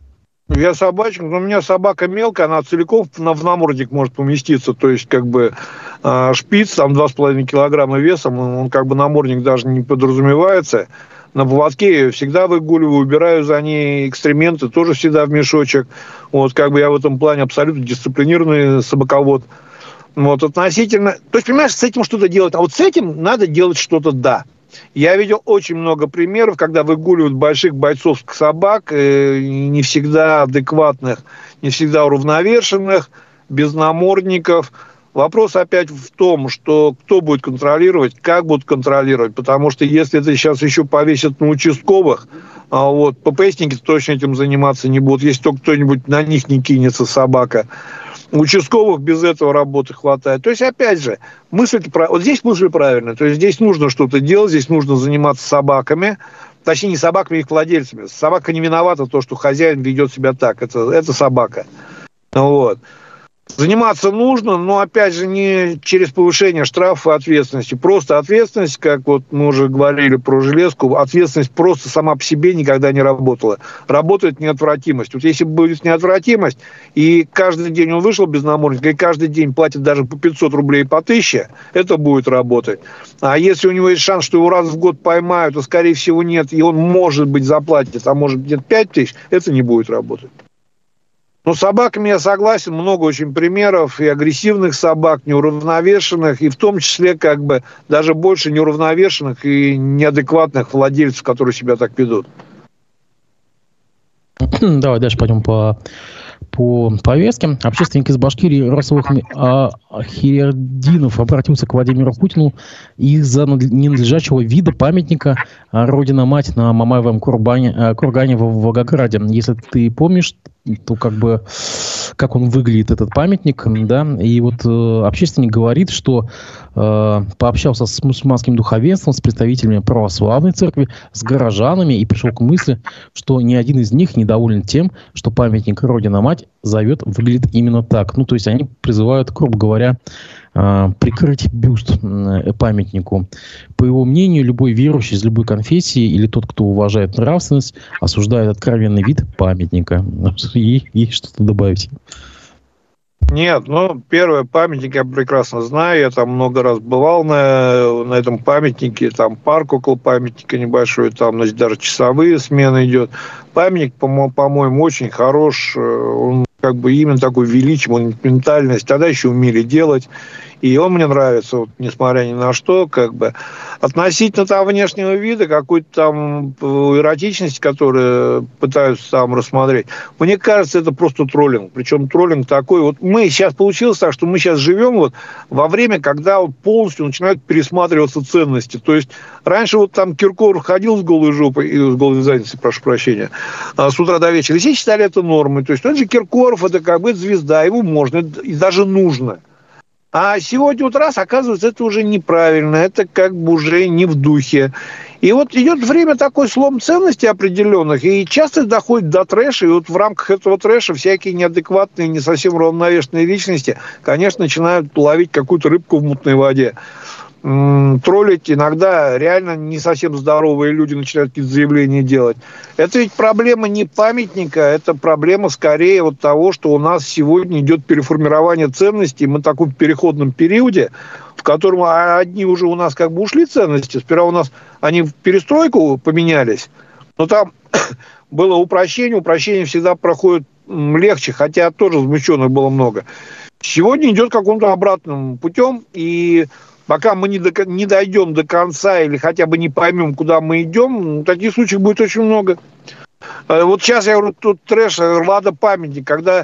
Я собачник, но у меня собака мелкая, она целиком в намордник может поместиться, то есть как бы шпиц, там 2,5 килограмма весом, он как бы намордник даже не подразумевается. На поводке я ее всегда выгуливаю, убираю за ней экстременты, тоже всегда в мешочек. Вот как бы я в этом плане абсолютно дисциплинированный собаковод. Вот относительно, то есть понимаешь, с этим что-то делать, а вот с этим надо делать что-то, да. Я видел очень много примеров, когда выгуливают больших бойцовских собак, не всегда адекватных, не всегда уравновешенных, без намордников. Вопрос опять в том, что кто будет контролировать, как будут контролировать. Потому что если это сейчас еще повесят на участковых, вот, ППСники точно этим заниматься не будут, если только кто-нибудь на них не кинется, собака. Участковых без этого работы хватает. То есть, опять же, вот здесь мысль правильная. То есть, здесь нужно что-то делать, здесь нужно заниматься собаками. Точнее, не собаками, их владельцами. Собака не виновата в том, что хозяин ведет себя так. Это собака. Вот. Заниматься нужно, но, опять же, не через повышение штрафов и ответственности. Просто ответственность, как вот мы уже говорили про железку, ответственность просто сама по себе никогда не работала. Работает неотвратимость. Вот если будет неотвратимость, и каждый день он вышел без намордника, и каждый день платит даже по 500 рублей, по 1000, это будет работать. А если у него есть шанс, что его раз в год поймают, то, скорее всего, нет, и он, может быть, заплатит, а может быть, 5000, это не будет работать. Но с собаками я согласен, много очень примеров и агрессивных собак, неуравновешенных, и в том числе как бы даже больше неуравновешенных и неадекватных владельцев, которые себя так ведут. Давай дальше пойдем по повестке. Общественник из Башкирии Расулах Хирдинов обратился к Владимиру Путину из-за ненадлежащего вида памятника Родина-Мать на Мамаевом кургане в Волгограде. Если ты помнишь, то как он выглядит, этот памятник, да, и вот общественник говорит, что пообщался с мусульманским духовенством, с представителями православной церкви, с горожанами и пришел к мысли, что ни один из них недоволен тем, что памятник Родина-Мать выглядит именно так. Ну, то есть они призывают, грубо говоря, прикрыть бюст памятнику. По его мнению, любой верующий из любой конфессии или тот, кто уважает нравственность, осуждает откровенный вид памятника. Есть что-то добавить? Нет, первый памятник я прекрасно знаю, я там много раз бывал на этом памятнике, там парк около памятника небольшой, там, значит, даже часовые смены идет. Памятник, по-моему, очень хорош, он как бы именно такой величие, монументальность, тогда еще умели делать. И он мне нравится, вот, несмотря ни на что, как бы. Относительно там внешнего вида, какой-то там эротичности, которую пытаются там рассмотреть, мне кажется, это просто троллинг. Причем троллинг такой. Вот сейчас получилось так, что мы сейчас живем вот во время, когда вот полностью начинают пересматриваться ценности. То есть раньше вот там Киркоров ходил с голой жопой, с голой задницей, прошу прощения, с утра до вечера. Все считали это нормой. То есть он же Киркоров, это как бы звезда, его можно и даже нужно. А сегодня вот раз, оказывается, это уже неправильно, это как бы уже не в духе. И вот идет время такой слом ценностей определенных, и часто доходит до трэша, и вот в рамках этого трэша всякие неадекватные, не совсем равновешенные личности, конечно, начинают ловить какую-то рыбку в мутной воде. Троллить иногда реально не совсем здоровые люди начинают какие-то заявления делать. Это ведь проблема не памятника, это проблема скорее вот того, что у нас сегодня идет переформирование ценностей. Мы в таком переходном периоде, в котором одни уже у нас как бы ушли ценности. Сперва у нас они в перестройку поменялись, но там было упрощение всегда проходит легче, хотя тоже возмущенных было много. Сегодня идет каким-то обратным путем, и пока мы не дойдем до конца или хотя бы не поймем, куда мы идем, таких случаев будет очень много. Вот сейчас я говорю, тут трэш, Лада памятник, когда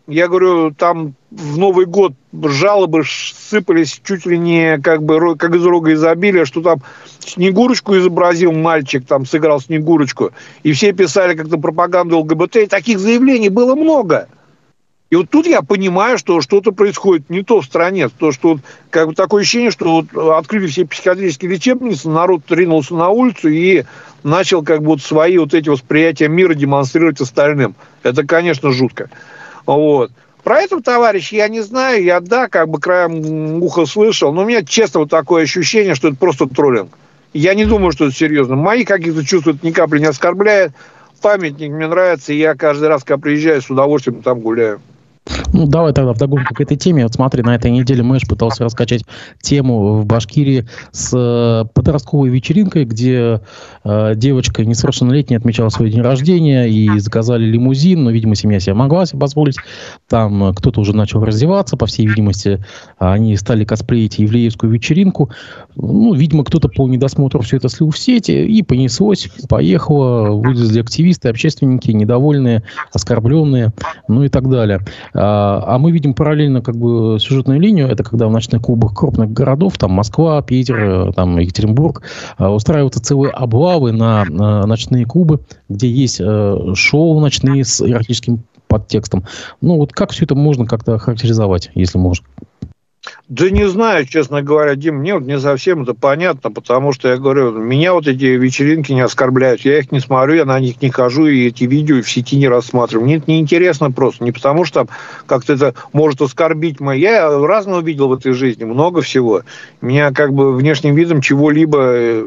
Я говорю, там в Новый год жалобы сыпались чуть ли не как из рога изобилия, что там Снегурочку изобразил мальчик, там сыграл Снегурочку, и все писали как-то пропаганду ЛГБТ, и таких заявлений было много. И вот тут я понимаю, что что-то происходит не то в стране. То, что как бы такое ощущение, что вот открыли все психиатрические лечебницы, народ ринулся на улицу и начал как бы вот свои вот эти восприятия мира демонстрировать остальным. Это, конечно, жутко. Вот. Про этого товарища я не знаю. Я, да, как бы краем уха слышал. Но у меня, честно, вот такое ощущение, что это просто троллинг. Я не думаю, что это серьезно. Мои какие-то чувства это ни капли не оскорбляет. Памятник мне нравится. И я каждый раз, когда приезжаю, с удовольствием там гуляю. Ну, давай тогда вдогонку к этой теме. Вот смотри, на этой неделе Мэш пытался раскачать тему в Башкирии с подростковой вечеринкой, где девочка несовершеннолетняя отмечала свой день рождения и заказали лимузин, но, видимо, семья себе могла себе позволить. Там кто-то уже начал раздеваться, по всей видимости, они стали косплеить еврейскую вечеринку. Ну, видимо, кто-то по недосмотру все это слил в сети, и понеслось, поехало, вылезли активисты, общественники, недовольные, оскорбленные, ну и так далее. А мы видим параллельно как бы сюжетную линию. Это когда в ночных клубах крупных городов, там Москва, Питер, там Екатеринбург, устраиваются целые облавы на ночные клубы, где есть шоу ночные с эротическим подтекстом. Ну вот как все это можно как-то характеризовать, если можно? Да не знаю, честно говоря, Дим, мне вот не совсем это понятно, потому что, я говорю, меня вот эти вечеринки не оскорбляют, я их не смотрю, я на них не хожу, и эти видео в сети не рассматриваю. Мне это неинтересно просто, не потому что там как-то это может оскорбить мои... Я разного видел в этой жизни, много всего. Меня как бы внешним видом чего-либо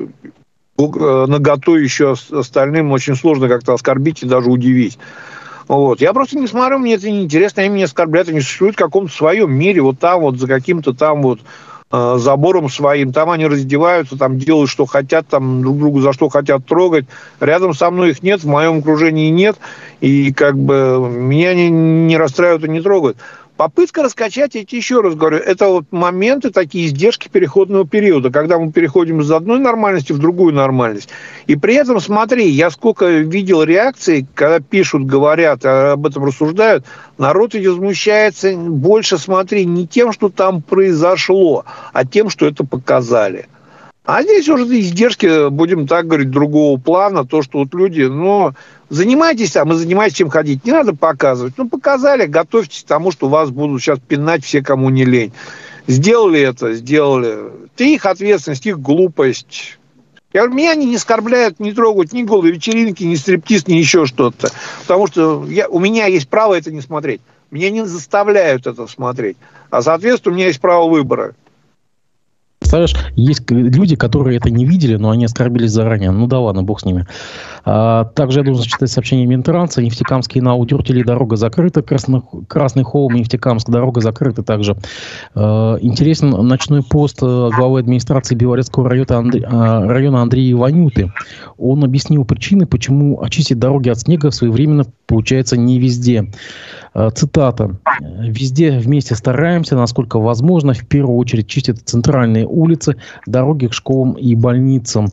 наготу еще остальным очень сложно как-то оскорбить и даже удивить. Вот. Я просто не смотрю, мне это неинтересно, они меня оскорбляют, они существуют в каком-то своем мире, вот там вот за каким-то там вот забором своим, там они раздеваются, там делают, что хотят, там друг другу за что хотят трогать. Рядом со мной их нет, в моем окружении нет, и как бы меня не расстраивают и не трогают. Попытка раскачать, я тебе еще раз говорю, это вот моменты, такие издержки переходного периода, когда мы переходим из одной нормальности в другую нормальность. И при этом, смотри, я сколько видел реакций, когда пишут, говорят, об этом рассуждают, народ ведь возмущается больше, смотри, не тем, что там произошло, а тем, что это показали. А здесь уже издержки, будем так говорить, другого плана, то, что вот люди, занимайтесь там и занимайтесь, чем ходить. Не надо показывать. Показали, готовьтесь к тому, что вас будут сейчас пинать все, кому не лень. Сделали это, сделали. Это их ответственность, их глупость. Я говорю, меня они не оскорбляют, не трогают ни голые вечеринки, ни стриптиз, ни еще что-то. Потому что у меня есть право это не смотреть. Меня не заставляют это смотреть. А, соответственно, у меня есть право выбора. Представляешь, есть люди, которые это не видели, но они оскорбились заранее. Ну да ладно, бог с ними. Также я должен читать сообщение Минтранса. Нефтекамский на Удюртеле дорога закрыта. Красный холм, Нефтекамск, дорога закрыта также. Интересен ночной пост главы администрации Белорецкого района Андрея Иванюты. Он объяснил причины, почему очистить дороги от снега своевременно получается не везде. Цитата. «Везде вместе стараемся, насколько возможно. В первую очередь чистят центральные улицы, дороги к школам и больницам».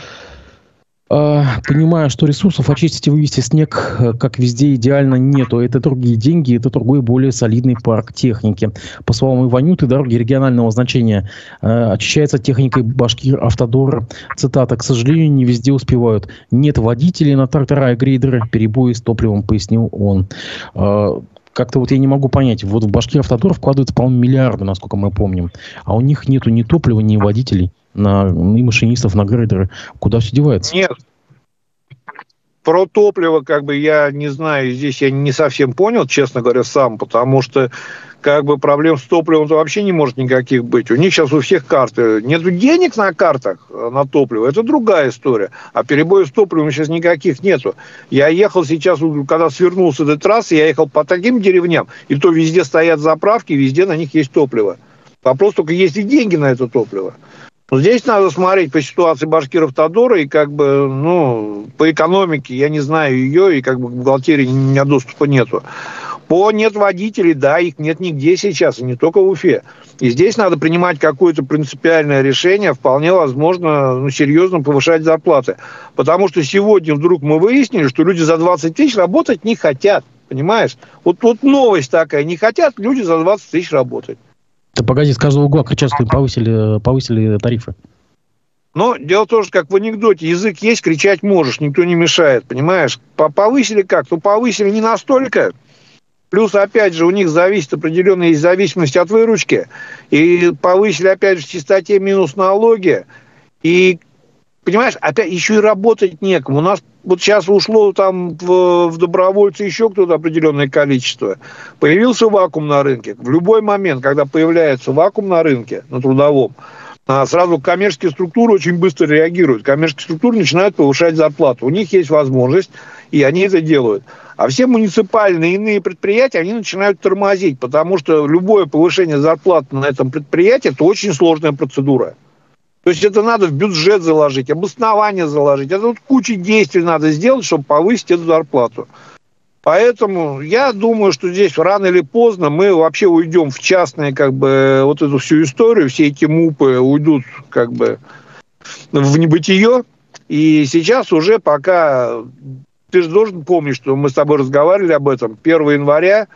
Понимаю, что ресурсов очистить и вывести снег, как везде, идеально нету. Это другие деньги, это другой, более солидный парк техники. По словам Иванюты, дороги регионального значения очищаются техникой Башкир-Автодор. Цитата. «К сожалению, не везде успевают. Нет водителей на трактора и грейдеры. Перебои с топливом», пояснил он. Как-то вот я не могу понять. Вот в Башкир-Автодор вкладываются, по-моему, миллиарды, насколько мы помним. А у них нету ни топлива, ни водителей, ни машинистов, на грейдеры. Куда все девается? Нет. Про топливо, я не знаю, здесь я не совсем понял, честно говоря, сам, потому что, проблем с топливом вообще не может никаких быть. У них сейчас у всех карты. Нету денег на картах на топливо, это другая история. А перебоев с топливом сейчас никаких нету. Я ехал сейчас, когда свернул с этой трассы, я ехал по таким деревням, и то везде стоят заправки, везде на них есть топливо. Вопрос только, есть ли деньги на это топливо. Здесь надо смотреть по ситуации Башкир-Автодора и по экономике, я не знаю ее, и к бухгалтерии у меня доступа нету. Нет водителей, да, их нет нигде сейчас, и не только в Уфе. И здесь надо принимать какое-то принципиальное решение, вполне возможно, серьезно повышать зарплаты. Потому что сегодня вдруг мы выяснили, что люди за 20 тысяч работать не хотят. Понимаешь? Вот новость такая. Не хотят люди за 20 тысяч работать. Да погоди, с каждого угла кричат, что им повысили тарифы. Но дело тоже, как в анекдоте. Язык есть, кричать можешь, никто не мешает. Понимаешь? Повысили как? Ну, повысили не настолько. Плюс, опять же, у них зависит определенная зависимость от выручки. И повысили, опять же, в чистоте минус налоги. И, понимаешь, опять еще и работать некому. У нас вот сейчас ушло там в добровольцы еще кто-то определенное количество. Появился вакуум на рынке. В любой момент, когда появляется вакуум на рынке, на трудовом, сразу коммерческие структуры очень быстро реагируют. Коммерческие структуры начинают повышать зарплату. У них есть возможность, и они это делают. А все муниципальные и иные предприятия, они начинают тормозить, потому что любое повышение зарплаты на этом предприятии – это очень сложная процедура. То есть это надо в бюджет заложить, обоснование заложить. Это вот куча действий надо сделать, чтобы повысить эту зарплату. Поэтому я думаю, что здесь рано или поздно мы вообще уйдем в частные, как бы, вот эту всю историю, все эти мупы уйдут, как бы, в небытие. И сейчас уже пока, ты же должен помнить, что мы с тобой разговаривали об этом, 1 января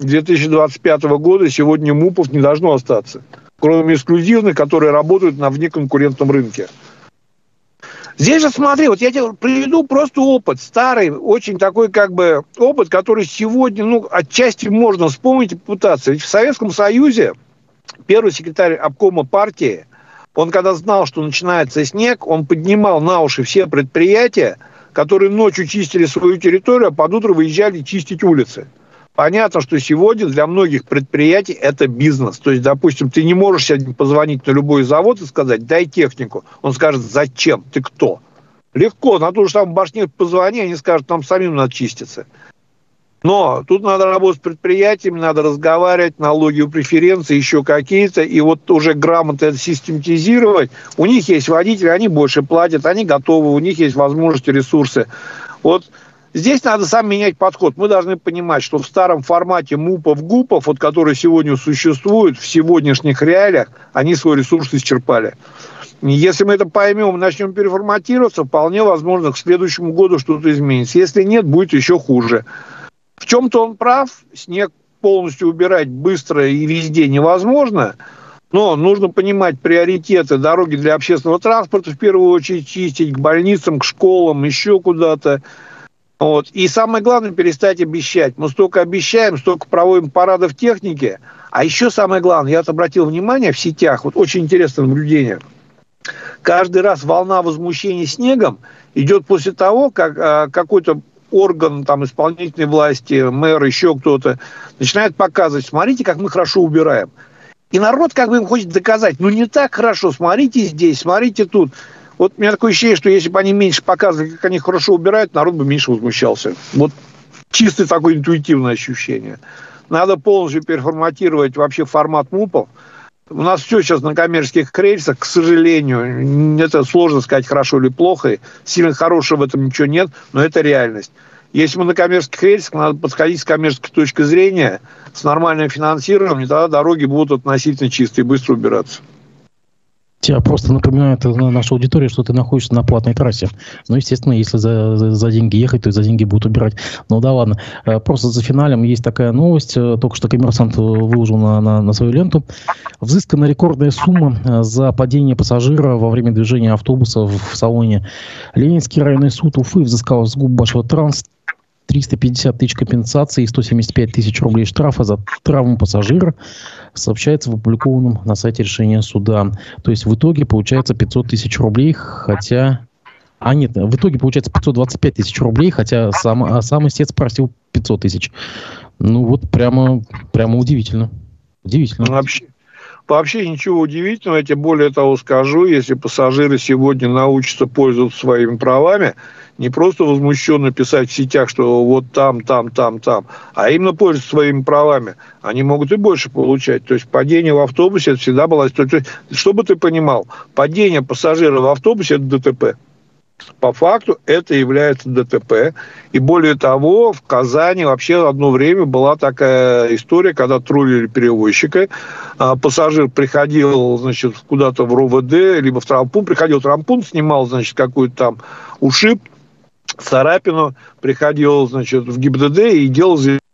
2025 года сегодня мупов не должно остаться. Кроме эксклюзивных, которые работают на внеконкурентном рынке. Здесь же смотри, вот я тебе приведу просто опыт, старый, очень такой как бы опыт, который сегодня, ну, отчасти можно вспомнить и попытаться. Ведь в Советском Союзе первый секретарь обкома партии, он когда знал, что начинается снег, он поднимал на уши все предприятия, которые ночью чистили свою территорию, а под утро выезжали чистить улицы. Понятно, что сегодня для многих предприятий это бизнес. То есть, допустим, ты не можешь сегодня позвонить на любой завод и сказать, дай технику. Он скажет, зачем? Ты кто? Легко, на ту же самую башню позвони, они скажут, нам самим надо чиститься. Но тут надо работать с предприятиями, надо разговаривать, налоги, преференции, еще какие-то. И вот уже грамотно это систематизировать. У них есть водители, они больше платят, они готовы, у них есть возможности, ресурсы. Вот. Здесь надо сам менять подход. Мы должны понимать, что в старом формате МУПов, ГУПов, вот, которые сегодня существуют, в сегодняшних реалиях, они свой ресурс исчерпали. Если мы это поймем, начнем переформатироваться, вполне возможно, к следующему году что-то изменится. Если нет, будет еще хуже. В чем-то он прав. Снег полностью убирать быстро и везде невозможно. Но нужно понимать приоритеты. Дороги для общественного транспорта в первую очередь чистить, к больницам, к школам, еще куда-то. Вот. И самое главное, перестать обещать. Мы столько обещаем, столько проводим парадов техники. А еще самое главное, я обратил внимание в сетях, вот очень интересное наблюдение. Каждый раз волна возмущения снегом идет после того, как какой-то орган там, исполнительной власти, мэр, еще кто-то начинает показывать, смотрите, как мы хорошо убираем. И народ как бы им хочет доказать, ну не так хорошо, смотрите здесь, смотрите тут. Вот у меня такое ощущение, что если бы они меньше показывали, как они хорошо убирают, народ бы меньше возмущался. Вот чисто такое интуитивное ощущение. Надо полностью переформатировать вообще формат МУПов. У нас все сейчас на коммерческих рельсах, к сожалению. Это сложно сказать, хорошо или плохо. Сильно хорошего в этом ничего нет, но это реальность. Если мы на коммерческих рельсах, надо подходить с коммерческой точки зрения, с нормальным финансированием, и тогда дороги будут относительно чистые и быстро убираться. Я просто напоминаю наша аудитория, что ты находишься на платной трассе. Ну, естественно, если за деньги ехать, то и за деньги будут убирать. Ну да ладно. Просто за финалем есть такая новость. Только что «Коммерсант» выложил на свою ленту. Взыскана рекордная сумма за падение пассажира во время движения автобуса в салоне. Ленинский районный суд Уфы взыскал с ГУП «Башватранс» 350 тысяч компенсаций и 175 тысяч рублей штрафа за травму пассажира, сообщается в опубликованном на сайте решения суда. То есть в итоге получается 500 тысяч рублей, хотя... нет, в итоге получается 525 тысяч рублей, хотя сам истец просил 500 тысяч. Ну вот прямо удивительно. Удивительно. Вообще ничего удивительного, я тебе более того скажу, если пассажиры сегодня научатся пользоваться своими правами, не просто возмущенно писать в сетях, что вот там, а именно пользоваться своими правами, они могут и больше получать. То есть падение в автобусе, это всегда была история. Чтобы ты понимал, падение пассажира в автобусе – это ДТП. По факту это является ДТП. И более того, в Казани вообще одно время была такая история, когда троллили перевозчика. Пассажир приходил, значит, куда-то в РОВД, либо в травмпункт, приходил в травмпункт, снимал, значит, какой-то там ушиб, царапину, приходил, значит, в ГИБДД и делал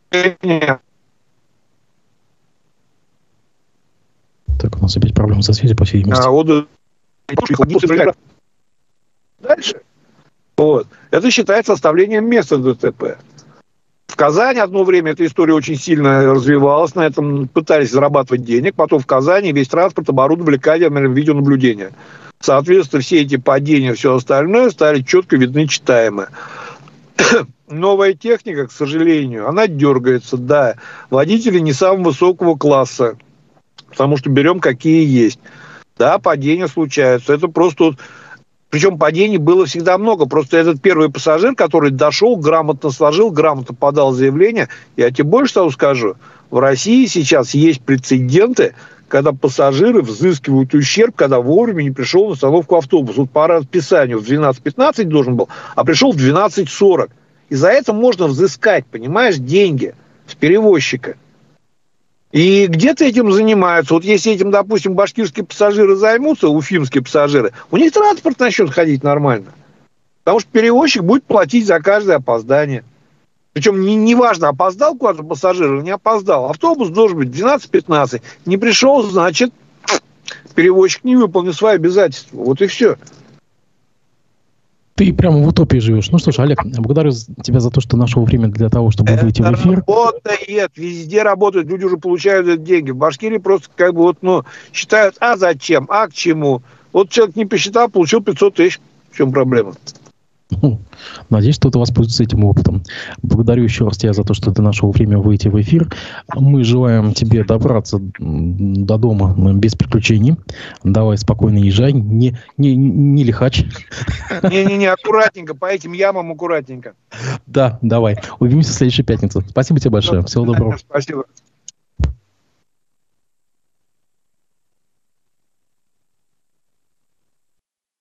Так, у нас опять проблемы со связью, по всей видимости. Дальше. Вот. Это считается оставлением места ДТП. В Казани одно время эта история очень сильно развивалась, на этом пытались зарабатывать денег. Потом в Казани весь транспорт оборудовали камерами видеонаблюдения. Соответственно, все эти падения, все остальное стали четко видны, читаемы. Новая техника, к сожалению, она дергается, да. Водители не самого высокого класса, потому что берем какие есть. Да, падения случаются. Это просто... Причем падений было всегда много. Просто этот первый пассажир, который дошел, грамотно сложил, грамотно подал заявление. Я тебе больше того скажу. В России сейчас есть прецеденты, когда пассажиры взыскивают ущерб, когда вовремя не пришел на остановку автобус. Вот по расписанию в 12:15 должен был, а пришел в 12:40. И за это можно взыскать, понимаешь, деньги с перевозчика. И где-то этим занимаются. Вот если этим, допустим, башкирские пассажиры займутся, уфимские пассажиры, у них транспорт начнет ходить нормально. Потому что перевозчик будет платить за каждое опоздание. Причем неважно, опоздал куда-то пассажир или не опоздал. Автобус должен быть 12:15. Не пришел, значит, перевозчик не выполнил свои обязательства. Вот и все. Ты прямо в утопии живешь. Ну что ж, Олег, благодарю тебя за то, что нашел время для того, чтобы выйти в эфир. Работает, везде работают, люди уже получают эти деньги. В Башкирии просто как бы считают, а зачем, а к чему. Вот человек не посчитал, получил 500 тысяч. В чем проблема? Надеюсь, кто-то воспользуется этим опытом. Благодарю еще раз тебя за то, что ты нашел время выйти в эфир. Мы желаем тебе добраться до дома без приключений. Давай спокойно езжай. Не лихач. Не, аккуратненько, по этим ямам аккуратненько. Да, давай. Увидимся в следующую пятницу. Спасибо тебе большое. Всего доброго. Спасибо.